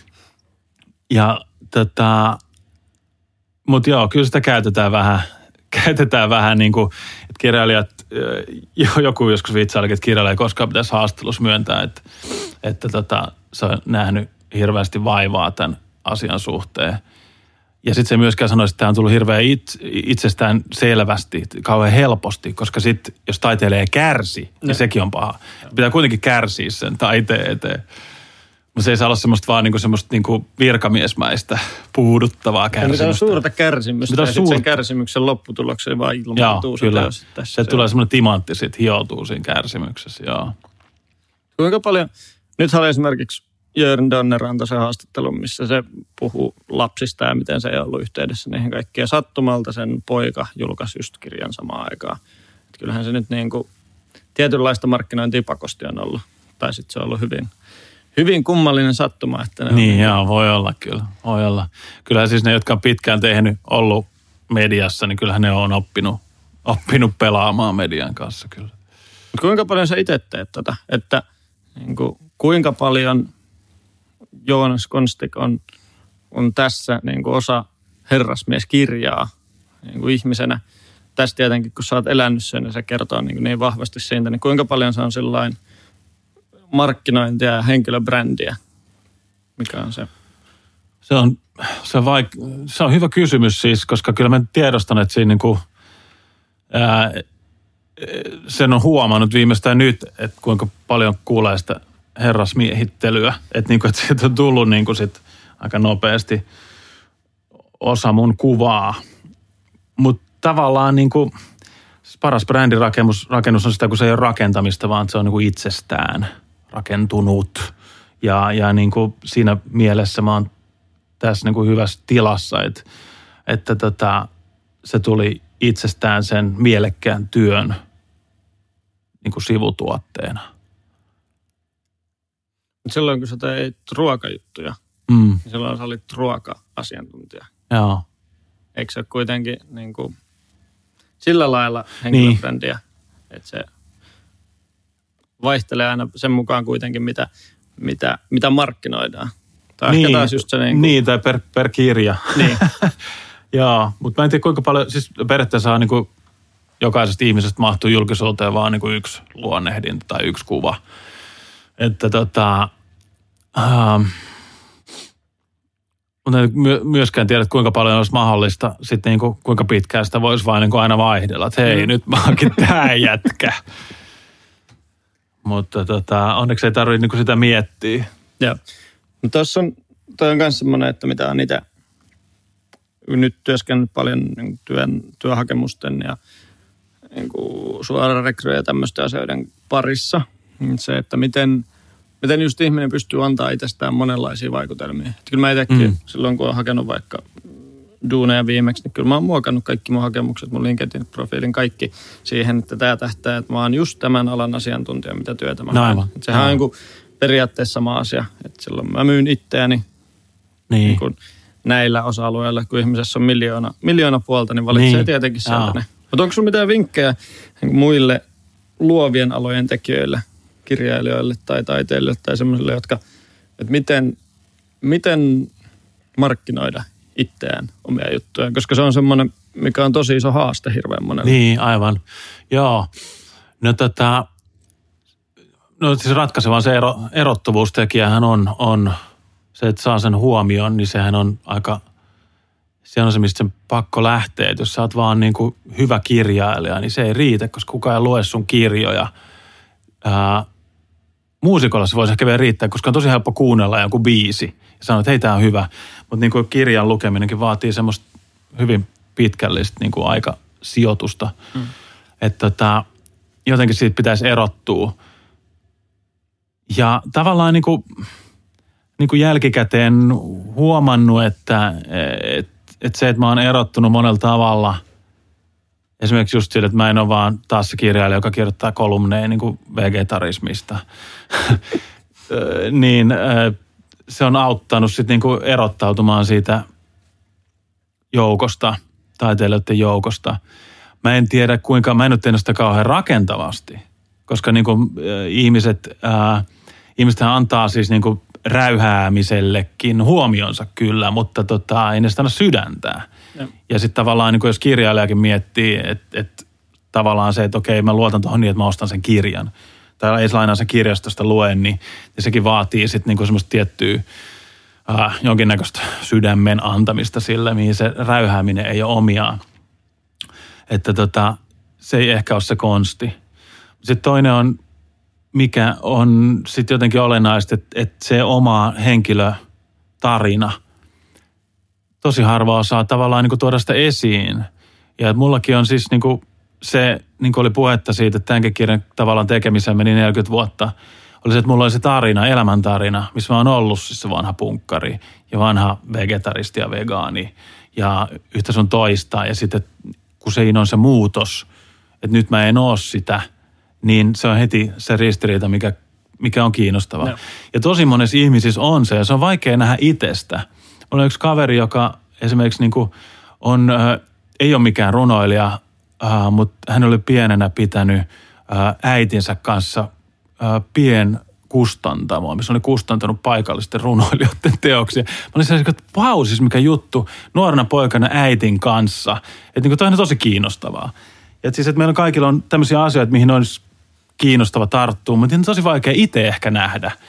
Ja tota, mutta joo, kyllä sitä käytetään vähän, käytetään vähän niin kuin, että kirjailijat, joku joskus vitsailikin, että kirjailija ei koskaan pitäisi haastattelussa myöntää, että, että tota, se on nähnyt hirveästi vaivaa tämän asian suhteen. Ja sitten se myöskään sanoisi, että tämä on tullut hirveän it, itsestään selvästi, kauhean helposti, koska sitten jos taiteilija kärsi, niin no. sekin on paha. Pitää kuitenkin kärsiä sen taiteen eteen. Mutta se ei saa olla semmoista vaan niinku semmoista niinku virkamiesmäistä puuduttavaa kärsimystä. Mitä on suurta kärsimystä ja sitten sen kärsimyksen lopputulokseen vaan ilmoituu se teos. Se tulee semmoinen timantti sitten hioutuu siinä kärsimyksessä, joo. Kuinka paljon, nyt oli esimerkiksi Jörn Donner antoi sen haastattelun, missä se puhuu lapsista ja miten se ei ollut yhteydessä niihin kaikkiin. Sattumalta sen poika julkaisi just kirjan samaan aikaan. Et kyllähän se nyt niin kuin tietynlaista markkinointia pakosti on ollut. Tai sitten se on ollut hyvin, hyvin kummallinen sattuma. Että ne niin on... joo, voi olla kyllä. Voi olla. Kyllähän siis ne, jotka on pitkään tehnyt, ollut mediassa, niin kyllähän ne on oppinut, oppinut pelaamaan median kanssa kyllä. Mut kuinka paljon sä itse teet tätä? Että niin kuin, kuinka paljon Joonas Konstik on, on tässä niin kuin osa herrasmieskirjaa niin kuin ihmisenä. Tästä tietenkin, kun sä oot elänyt sen, niin se kertoo niin, kuin niin vahvasti siitä, niin kuinka paljon se on sillain markkinointia ja henkilöbrändiä Mikä on se? Se on, se on, vaik- se on hyvä kysymys siis, koska kyllä mä tiedostan, että siinä niin kuin, ää, sen on huomannut viimeistään nyt, että kuinka paljon kuulee sitä herrasmiehittelyä. Että, niin kuin, että siitä on tullut niin kuin sit aika nopeasti osa mun kuvaa. Mutta tavallaan niin kuin, paras brändirakennus rakennus on sitä, kun se ei ole rakentamista, vaan se on niin kuin itsestään rakentunut. Ja, ja niin kuin siinä mielessä mä oon tässä niin kuin hyvässä tilassa, että, että tota, se tuli itsestään sen mielekkään työn niin kuin sivutuotteena. Silloin kun sä teit ruokajuttuja, Mm. niin silloin sä olit ruoka-asiantuntija. Joo. Eikö se ole kuitenkin niin kuin sillä lailla henkilöbrändiä, niin. Että se vaihtelee aina sen mukaan kuitenkin, mitä, mitä, mitä markkinoidaan. Tai niin, ehkä taas just se niin kuin... Niin, tai per, per kirja. Niin. Joo, mutta mä en tiedä kuinka paljon, siis periaatteessa niin kuin jokaisesta ihmisestä mahtuu julkisuuteen vaan niin kuin yksi luonnehdinta tai yksi kuva. Että tota, ähm, mutta en myöskään tiedä, kuinka paljon olisi mahdollista sitten niin kuin, kuinka pitkään sitä voisi vain niin kuin aina vaihdella. Että hei, mm. nyt mä oonkin tää jätkä. Mutta tota, onneksi ei tarvitse niin kuin sitä miettiä. Joo. No tuossa on, toi on myös semmoinen, että mitä on itse nyt työskennellyt paljon niin työn, työhakemusten ja niin suora rekryä ja tämmöisten asioiden parissa. Se, että miten, miten just ihminen pystyy antaa itsestään monenlaisia vaikutelmia. Että kyllä mä itsekin mm. silloin, kun olen hakenut vaikka duuneja viimeksi, niin kyllä mä oon muokannut kaikki mun hakemukset, mun LinkedIn-profiilin, kaikki siihen, että tämä tähtää, että mä oon just tämän alan asiantuntija, mitä työtä mä haen. Sehän on niin kuin periaatteessa sama asia, että silloin mä myyn itseäni niin. Niin kuin näillä osa-alueilla, kun ihmisessä on miljoona, miljoona puolta, niin valitsee niin. Tietenkin sieltä ne. Mutta onko sulla mitään vinkkejä niin muille luovien alojen tekijöille, kirjailijoille tai taiteilijoille tai semmoisille, jotka, että miten, miten markkinoida itseään omia juttuja, koska se on semmoinen, mikä on tosi iso haaste hirveän monelle. Niin, aivan. Joo. No tota, no siis ratkaisevan se ero, erottuvuustekijähän on, on se, että saa sen huomioon, niin sehän on aika, se on se, mistä sen pakko lähtee. Että jos sä oot vaan niin kuin hyvä kirjailija, niin se ei riitä, koska kukaan ei lue sun kirjoja. Ää, muusikolla se voisi ehkä vielä riittää, koska on tosi helppo kuunnella joku biisi ja sanoa, että hei, tää on hyvä. Mutta niin kuin kirjan lukeminenkin vaatii semmoista hyvin pitkällistä niin kuin aikasijoitusta. Mm. Että tota, jotenkin siitä pitäisi erottua. Ja tavallaan niin kuin, niin kuin jälkikäteen huomannut, että et, et se, että mä oon erottunut monella tavalla, esimerkiksi just sille, että mä en ole vaan taas se kirjailija, joka kirjoittaa kolumneja niin kuin vegetarismista, niin se on auttanut sitten niin kuin erottautumaan siitä joukosta, taiteilijoiden joukosta. Mä en tiedä kuinka, mä en ole tehnyt sitä kauhean rakentavasti, koska niin kuin ihmiset, ää, ihmiset antaa siis niin kuin räyhäämisellekin huomionsa kyllä, mutta tota, ei ne sitä sydäntää. Ja, ja sitten tavallaan, niin kuin jos kirjailijakin miettii, että et, tavallaan se, että okei, mä luotan tuohon niin, että mä ostan sen kirjan. Tai ei lainaa sen kirjastosta luen, niin ja sekin vaatii sitten niin kuin semmoista tiettyä äh, jonkinnäköistä sydämen antamista sille, mihin se räyhääminen ei ole omiaan. Että tota, se ei ehkä ole se konsti. Sitten toinen on, mikä on sitten jotenkin olennaista, että, että se oma henkilötarina tosi harva osaa tavallaan niin kuin tuoda sitä esiin. Ja mullakin on siis niin kuin se, niin kuin oli puhetta siitä, että tämänkin kirjan tavallaan tekemiseen meni neljäkymmentä vuotta, oli se, että mulla oli se tarina, elämäntarina, missä mä oon ollut siis se vanha punkkari ja vanha vegetaristi ja vegaani ja yhtä sun toista. Ja sitten kun siinä on se muutos, että nyt mä en oo sitä, niin se on heti se ristiriita, mikä, mikä on kiinnostavaa. No. Ja tosi monessa ihmisissä on se, ja se on vaikea nähdä itsestä. Mulla on yksi kaveri, joka esimerkiksi niin kuin on, äh, ei ole mikään runoilija, äh, mutta hän oli pienenä pitänyt äh, äitinsä kanssa äh, pienkustantamoa, missä oli kustantanut paikallisten runoilijoiden teoksia. Mä olin sellainen, että vau, siis mikä juttu, nuorena poikana äitin kanssa. Että niin kuin toi on tosi kiinnostavaa. Että siis, että meillä kaikilla on tämmöisiä asioita, mihin olisi kiinnostava tarttua, mutta on tosi vaikea itse ehkä nähdä.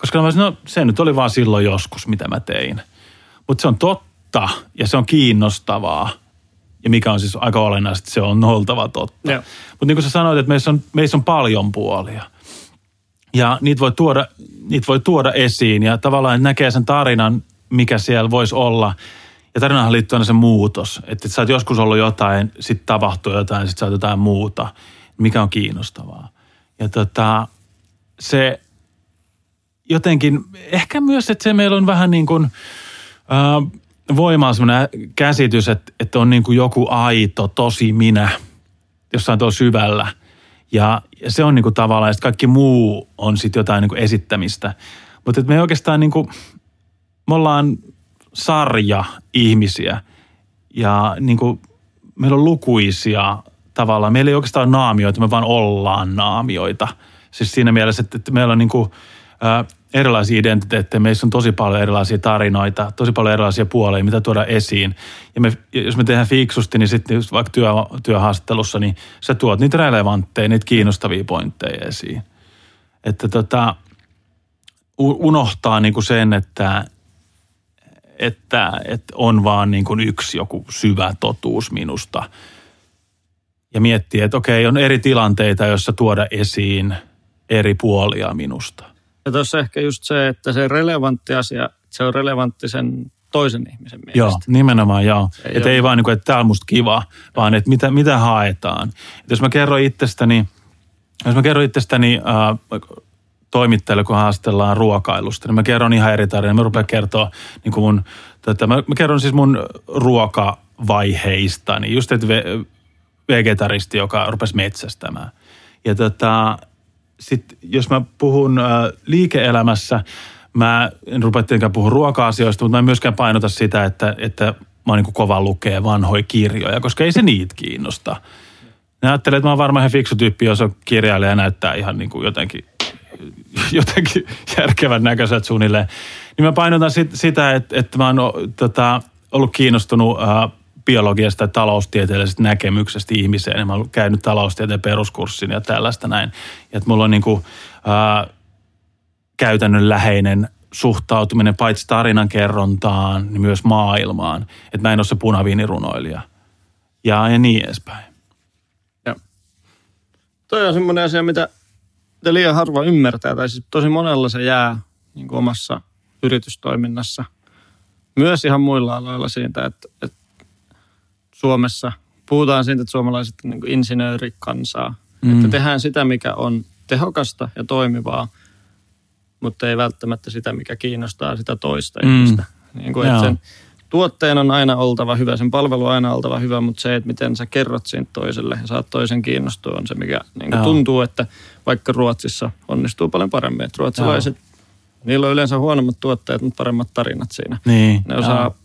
Koska mä sanoin, no se nyt oli vaan silloin joskus, mitä mä tein. Mutta se on totta ja se on kiinnostavaa. Ja mikä on siis aika olennaista, se on oltava totta. Mutta niin kuin sä sanoit, että meissä on, meissä on paljon puolia. Ja niitä voi, tuoda, niitä voi tuoda esiin ja tavallaan näkee sen tarinan, mikä siellä voisi olla. Ja tarinahan liittyy aina se muutos. Että sä oot joskus ollut jotain, sitten tapahtuu jotain, sitten sä oot jotain muuta. Mikä on kiinnostavaa. Ja tota, se jotenkin, ehkä myös, että se meillä on vähän niin kuin äh, voimaa semmoinen käsitys, että, että on niin kuin joku aito, tosi minä, jossain tuolla syvällä. Ja, ja se on niin kuin tavallaan, että kaikki muu on sitten jotain niin kuin esittämistä. Mutta me oikeastaan niin kuin, me ollaan sarja ihmisiä ja niin kuin, meillä on lukuisia tavallaan. Meillä ei oikeastaan ole naamioita, me vaan ollaan naamioita. Siis siinä mielessä, että, että meillä on niin kuin, ä, erilaisia identiteettejä, meissä on tosi paljon erilaisia tarinoita, tosi paljon erilaisia puolia, mitä tuoda esiin. Ja me, jos me tehdään fiksusti, niin sitten vaikka työ, työhaastattelussa, niin sä tuot niitä relevantteja, niitä kiinnostavia pointteja esiin. Että tota, unohtaa niin kuin sen, että, että, että on vaan niin kuin yksi joku syvä totuus minusta. Ja miettii, että okei, on eri tilanteita, joissa tuoda esiin eri puolia minusta. Ja tuossa ehkä just se, että se relevantti asia, se on relevantti sen toisen ihmisen mielestä. Joo, nimenomaan joo. Että ei vaan niin kuin, että tämä on musta kiva, vaan että mitä, mitä haetaan. Et jos mä kerron itsestäni, jos mä kerron itsestäni äh, toimittajalle, kun haastellaan ruokailusta, niin mä kerron ihan eri tarinaa. Mä rupean kertoa niin kuin mun, tota, mä, mä kerron siis mun ruokavaiheista, niin just että ve, vegetaristi, joka rupesi metsästämään. Ja tota, sitten jos mä puhun äh, liike-elämässä, mä en rupea tietenkään puhua ruoka-asioista, mutta mä en myöskään painota sitä, että, että mä oon niin kuin kova lukee vanhoja kirjoja, koska ei se niitä kiinnosta. Ne ajattelee, että mä oon varmaan ihan fiksu tyyppi, jos on kirjailija ja näyttää ihan niin kuin jotenkin, jotenkin järkevän näköiseltä suunnilleen. Niin mä painotan sit, sitä, että, että mä oon tota, ollut kiinnostunut äh, biologiasta ja taloustieteellisestä näkemyksestä ihmiseen. Ja mä oon käynyt taloustieteen peruskurssin ja tällaista näin. Ja että mulla on niin kuin, ää, käytännönläheinen suhtautuminen paitsi tarinankerrontaan, niin myös maailmaan. Että mä en ole se punaviinirunoilija. Ja, ja niin edespäin. Joo. Toi on semmoinen asia, mitä te liian harva ymmärtää. Tai siis tosi monella se jää niin kuin omassa yritystoiminnassa. Myös ihan muilla aloilla siitä, että, että Suomessa puhutaan siitä, että suomalaiset on niin kuin insinöörikansaa. Mm. Että tehdään sitä, mikä on tehokasta ja toimivaa, mutta ei välttämättä sitä, mikä kiinnostaa sitä toista mm. ihmistä. Niin kuin, että sen tuotteen on aina oltava hyvä, sen palvelu on aina oltava hyvä, mutta se, että miten sä kerrot siitä toiselle ja saat toisen kiinnostua, on se, mikä niin kuin tuntuu, että vaikka Ruotsissa onnistuu paljon paremmin. Että ruotsalaiset, Joo. niillä on yleensä huonommat tuotteet, mutta paremmat tarinat siinä. Niin. Ne osaa Joo.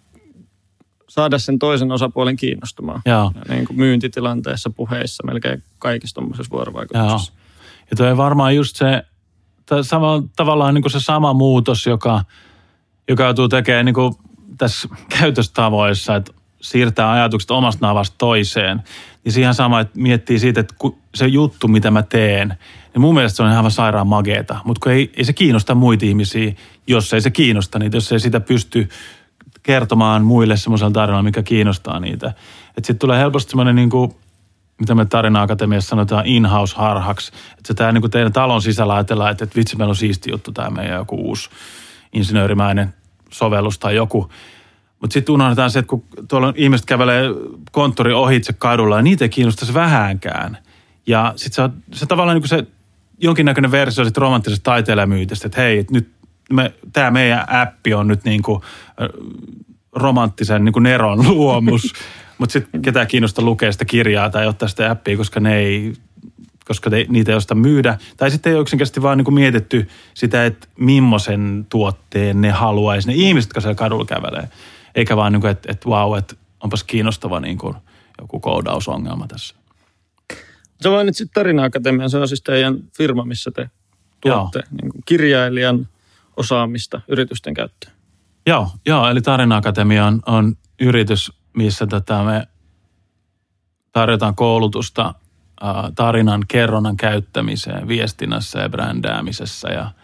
saada sen toisen osapuolen kiinnostumaan. Joo. Niin kuin myyntitilanteessa, puheissa, melkein kaikissa tuommoisessa vuorovaikutuksessa. Joo. Ja toi on varmaan just se, sama, tavallaan niin kuin se sama muutos, joka, joka joutuu tekemään niin kuin tässä käytöstavoissa, että siirtää ajatukset omasta naavasta toiseen. Niin siihen sama, että miettii siitä, että se juttu, mitä mä teen, niin mun mielestä se on ihan sairaan mageeta. Mutta kun ei, ei se kiinnosta muita ihmisiä, jos ei se kiinnosta niitä, jos ei sitä pysty kertomaan muille semmoisella tarinalla, mikä kiinnostaa niitä. Että sitten tulee helposti semmoinen, niin kuin, mitä me Tarina-akatemiassa sanotaan in-house-harhaksi. Että se tämä niin kuin teidän talon sisällä ajatellaan, että, että vitsi, meillä on siisti juttu tämä meidän joku uusi insinöörimäinen sovellus tai joku. Mutta sitten unohdetaan se, että kun tuolla ihmiset kävelee konttori ohitse kadulla, ja niitä ei kiinnostaisi vähänkään. Ja sitten se, se tavallaan niin kuin se jonkinnäköinen versio sitten romanttisesta taiteilijamyytistä, että hei, että nyt me, tämä meidän appi on nyt niin kuin romanttisen niin kuin Neron luomus, mutta sitten ketään kiinnostaa lukea sitä kirjaa tai ottaa sitä appia, koska ne ei, koska te, niitä ei osta myydä. Tai sitten ei yksinkertaisesti vaan niin kuin mietitty sitä, että millaisen tuotteen ne haluaisi, ne ihmiset, jotka siellä kadulla kävelee. Eikä vaan niin kuin, että, että vau, että onpas kiinnostava niin kuin joku koodausongelma tässä. Sä mainitsit Tarina-akatemian, se on siis teidän firma, missä te tuotte niin kuin kirjailijan osaamista yritysten käyttöön. Joo, joo, eli Tarina-akatemia on, on yritys, missä tätä me tarjotaan koulutusta ä, tarinan kerronnan käyttämiseen, viestinnässä ja brändäämisessä ja,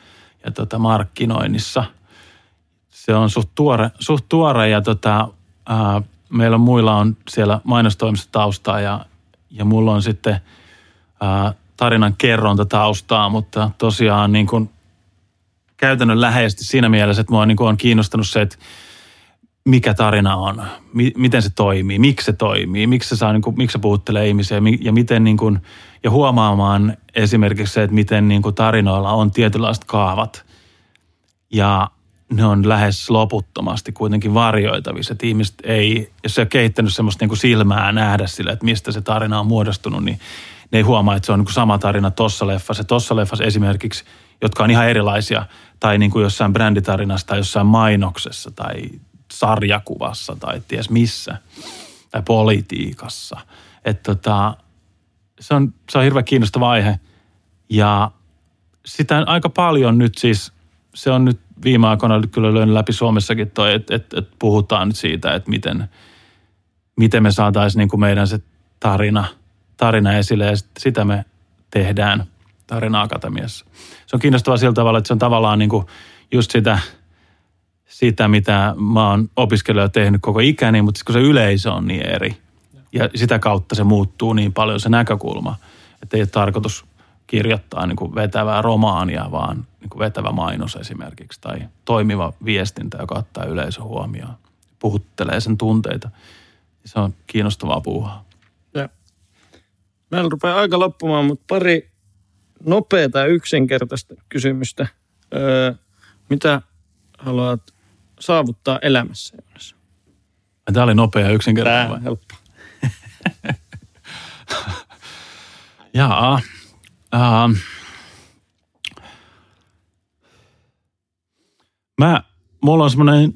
ja tota markkinoinnissa. Se on suht tuore, suht tuore ja tota, ää, meillä muilla on siellä mainostoimista taustaa ja, ja mulla on sitten ää, tarinan kerronta taustaa, mutta tosiaan niin kuin käytännönläheisesti siinä mielessä, että mua niin kuin on kiinnostanut se, että mikä tarina on, mi- miten se toimii, miksi se toimii, miksi se, saa, niin kuin, miksi se puhuttelee ihmisiä ja, miten, niin kuin, ja huomaamaan esimerkiksi se, että miten niin kuin tarinoilla on tietynlaiset kaavat ja ne on lähes loputtomasti kuitenkin varjoitavissa, että ihmiset ei, jos se on kehittänyt semmoista niin kuin silmää nähdä sille, että mistä se tarina on muodostunut, niin ne ei huomaa, että se on niin kuin sama tarina tossa leffassa. Ja tossa leffassa esimerkiksi, jotka on ihan erilaisia, tai niin kuin jossain bränditarinassa tai jossain mainoksessa tai sarjakuvassa tai ties missä, tai politiikassa. Että tota, se on, se on hirveän kiinnostava aihe. Ja sitä aika paljon nyt siis, se on nyt viime aikoina kyllä löynyt läpi Suomessakin toi, että et, et puhutaan nyt siitä, että miten, miten me saataisiin niin kuin meidän se tarina, tarina esille ja sitä me tehdään Tarina-akatemiassa. Se on kiinnostavaa sillä tavalla, että se on tavallaan niin kuin just sitä, sitä, mitä mä oon opiskelijoilla tehnyt koko ikäni, mutta kun se yleisö on niin eri ja sitä kautta se muuttuu niin paljon se näkökulma, että ei ole tarkoitus kirjoittaa niin kuin vetävää romaania, vaan niin kuin vetävä mainos esimerkiksi tai toimiva viestintä, joka ottaa yleisön huomioon, puhuttelee sen tunteita. Se on kiinnostavaa puuhaa. Ja. Meillä rupeaa aika loppumaan, mutta pari nopeata ja yksinkertaista kysymystä. Öö, mitä haluat saavuttaa elämässä, Joonas? Tämä oli nopea ja yksinkertainen. Tämä on helppo. Jaa. Uh, mä, mulla on semmoinen,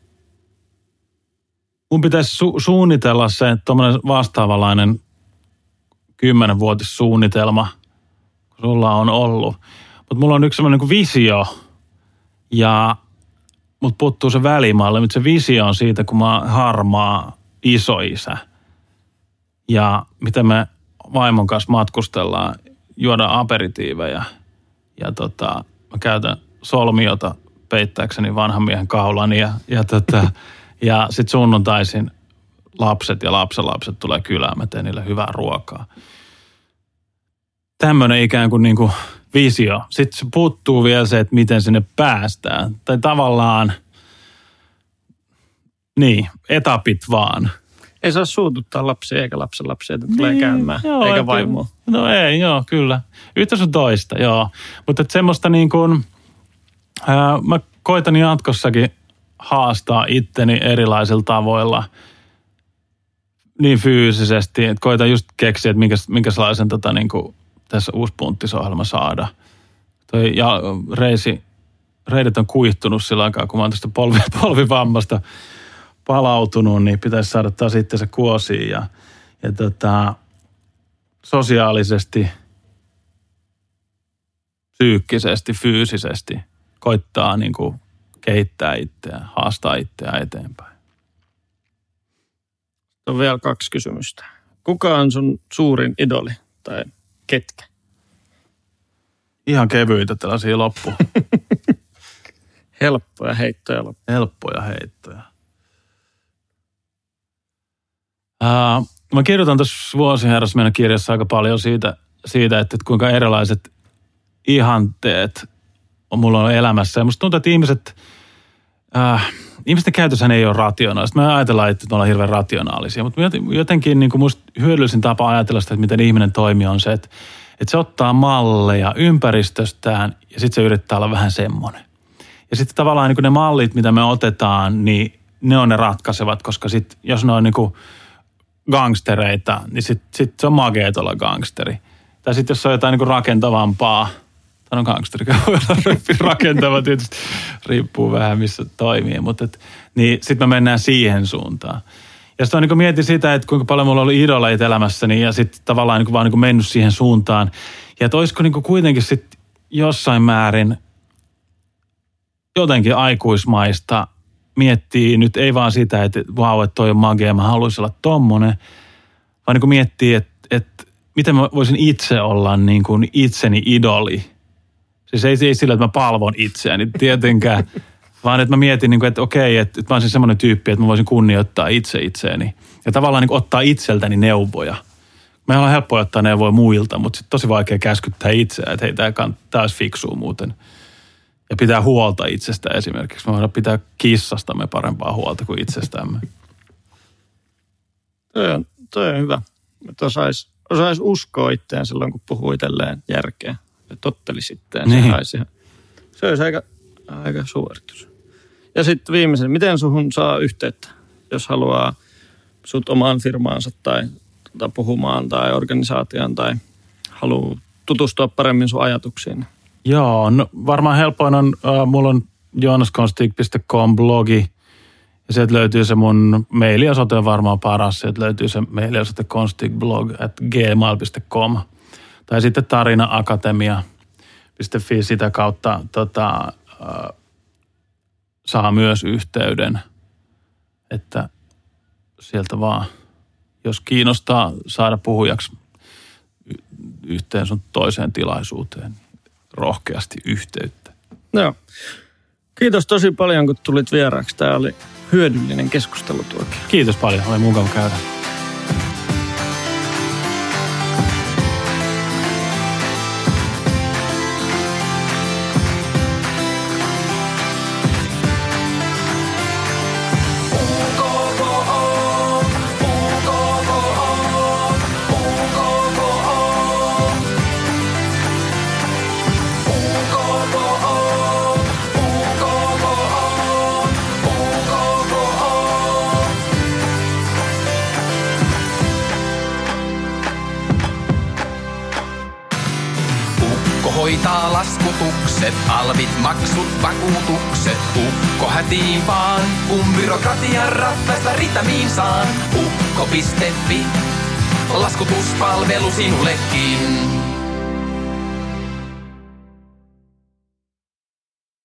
mun pitäisi su- suunnitella se, tommoinen vastaavanlainen kymmenvuotissuunnitelma, kun sulla on ollut. Mutta mulla on yksi semmoinen niin kuin visio ja mut puuttuu se välimalli, mutta se visio on siitä, kun mä oon harmaa isoisä ja miten me vaimon kanssa matkustellaan, juodaan aperitiivejä ja tota, mä käytän solmiota peittääkseni vanhan miehen kaulani ja, ja, tota, ja sit sunnuntaisin lapset ja lapsenlapset tulee kylään, mä teen niille hyvää ruokaa. Tämmönen ikään kuin, niin kuin visio. Sitten se puuttuu vielä se, että miten sinne päästään. Tai tavallaan, niin, etapit vaan. Ei saa suututtaa lapsia eikä lapsenlapsia, että tulee niin, käymään, joo, eikä vaimoa. No ei, joo, kyllä. Yhtä sun toista, joo. Mutta että semmoista niin kuin, ää, mä koitan jatkossakin haastaa itteni erilaisilla tavoilla, niin fyysisesti, että koitan just keksiä, että minkäs, minkälaisen tota, niin kuin tässä uuspunttisohjelma saada. Toi ja, reisi, reidet on kuihtunut sillä aikaa, kun mä oon tästä polvi, polvivammasta palautunut, niin pitäisi saada taas itsensä kuosiin ja, ja tota, sosiaalisesti, psyykkisesti, fyysisesti koittaa niin kuin kehittää itseään, haastaa itseään eteenpäin. On vielä kaksi kysymystä. Kuka on sun suurin idoli tai ketkä? Ihan kevyitä tällaisia loppu. Helppoja heittoja loppu. Helppoja heittoja. Uh, mä kirjoitan tuossa Vuosiherrassa meidän kirjassa aika paljon siitä, siitä että, että kuinka erilaiset ihanteet on mulla on elämässä. Ja musta tuntuu, että ihmiset, uh, ihmisten käytöshän ei ole rationaalista. Me ajatellaan, että me ollaan hirveän rationaalisia, mutta jotenkin niin kuin musta hyödyllisin tapa ajatella sitä, että miten ihminen toimii on se, että, että se ottaa malleja ympäristöstään ja sitten se yrittää olla vähän semmoinen. Ja sitten tavallaan niin kuin ne mallit, mitä me otetaan, niin ne on ne ratkaisevat, koska sitten jos ne on niin kuin gangstereita, niin sitten sit se on mageet olla gangsteri. Tai sitten jos se on jotain niin kuin rakentavampaa, tai on gangsteri, voi olla rakentava tietysti, riippuu vähän missä toimii, mutta et, niin sitten me mennään siihen suuntaan. Ja sitten on niin mietin sitä, että kuinka paljon mulla oli idoleita elämässäni ja sitten tavallaan niin vaan niin mennyt siihen suuntaan. Ja että olisiko niin kuitenkin sitten jossain määrin jotenkin aikuismaista miettii nyt ei vaan sitä, että vau, että toi on magia, mä haluaisin olla tommonen, vaan niin kuin miettii, että, että miten mä voisin itse olla niin kuin itseni idoli Siis ei, ei sillä, että mä palvon itseäni tietenkään, vaan että mä mietin, niin kuin, että okei, että, että mä olisin semmoinen tyyppi, että mä voisin kunnioittaa itse itseäni. Ja tavallaan niin kuin ottaa itseltäni neuvoja. Mehän on helppoa ottaa neuvoja muilta, mutta sitten tosi vaikea käskyttää itseään, että hei, tämä olisi fiksua muuten. Ja pitää huolta itsestä esimerkiksi. Me voidaan pitää kissastamme parempaa huolta kuin itsestämme. Toi on, toi on hyvä. Että osais, osais uskoa itseään silloin, kun puhuu itselleen järkeä. Ja tottelisi itseään. Niin. Se, se olisi aika, aika suoritus. Ja sitten viimeisen, miten suhun saa yhteyttä, jos haluaa sut omaan firmaansa tai, tai puhumaan tai organisaatioon tai haluaa tutustua paremmin sun ajatuksiin? Joo, no varmaan helpoin on, äh, mulla on joonaskonstig piste com blogi ja sieltä löytyy se mun mailiosoite on varmaan paras. Sieltä löytyy se mailiosoite constigblog at gmail piste com tai sitten tarinaakatemia piste fi sitä kautta tota, äh, saa myös yhteyden, että sieltä vaan, jos kiinnostaa saada puhujaksi yhteen sun toiseen tilaisuuteen, rohkeasti yhteyttä. Joo. Kiitos tosi paljon, kun tulit vieraaksi. Tämä oli hyödyllinen keskustelu tuokin. Kiitos paljon, oli mukava käydä. Hoitaa laskutukset, alvit, maksut, vakuutukset. Ukko hätiin vaan, kun byrokratian rattaista ritamiin saan. Ukko piste fi, laskutuspalvelu sinullekin.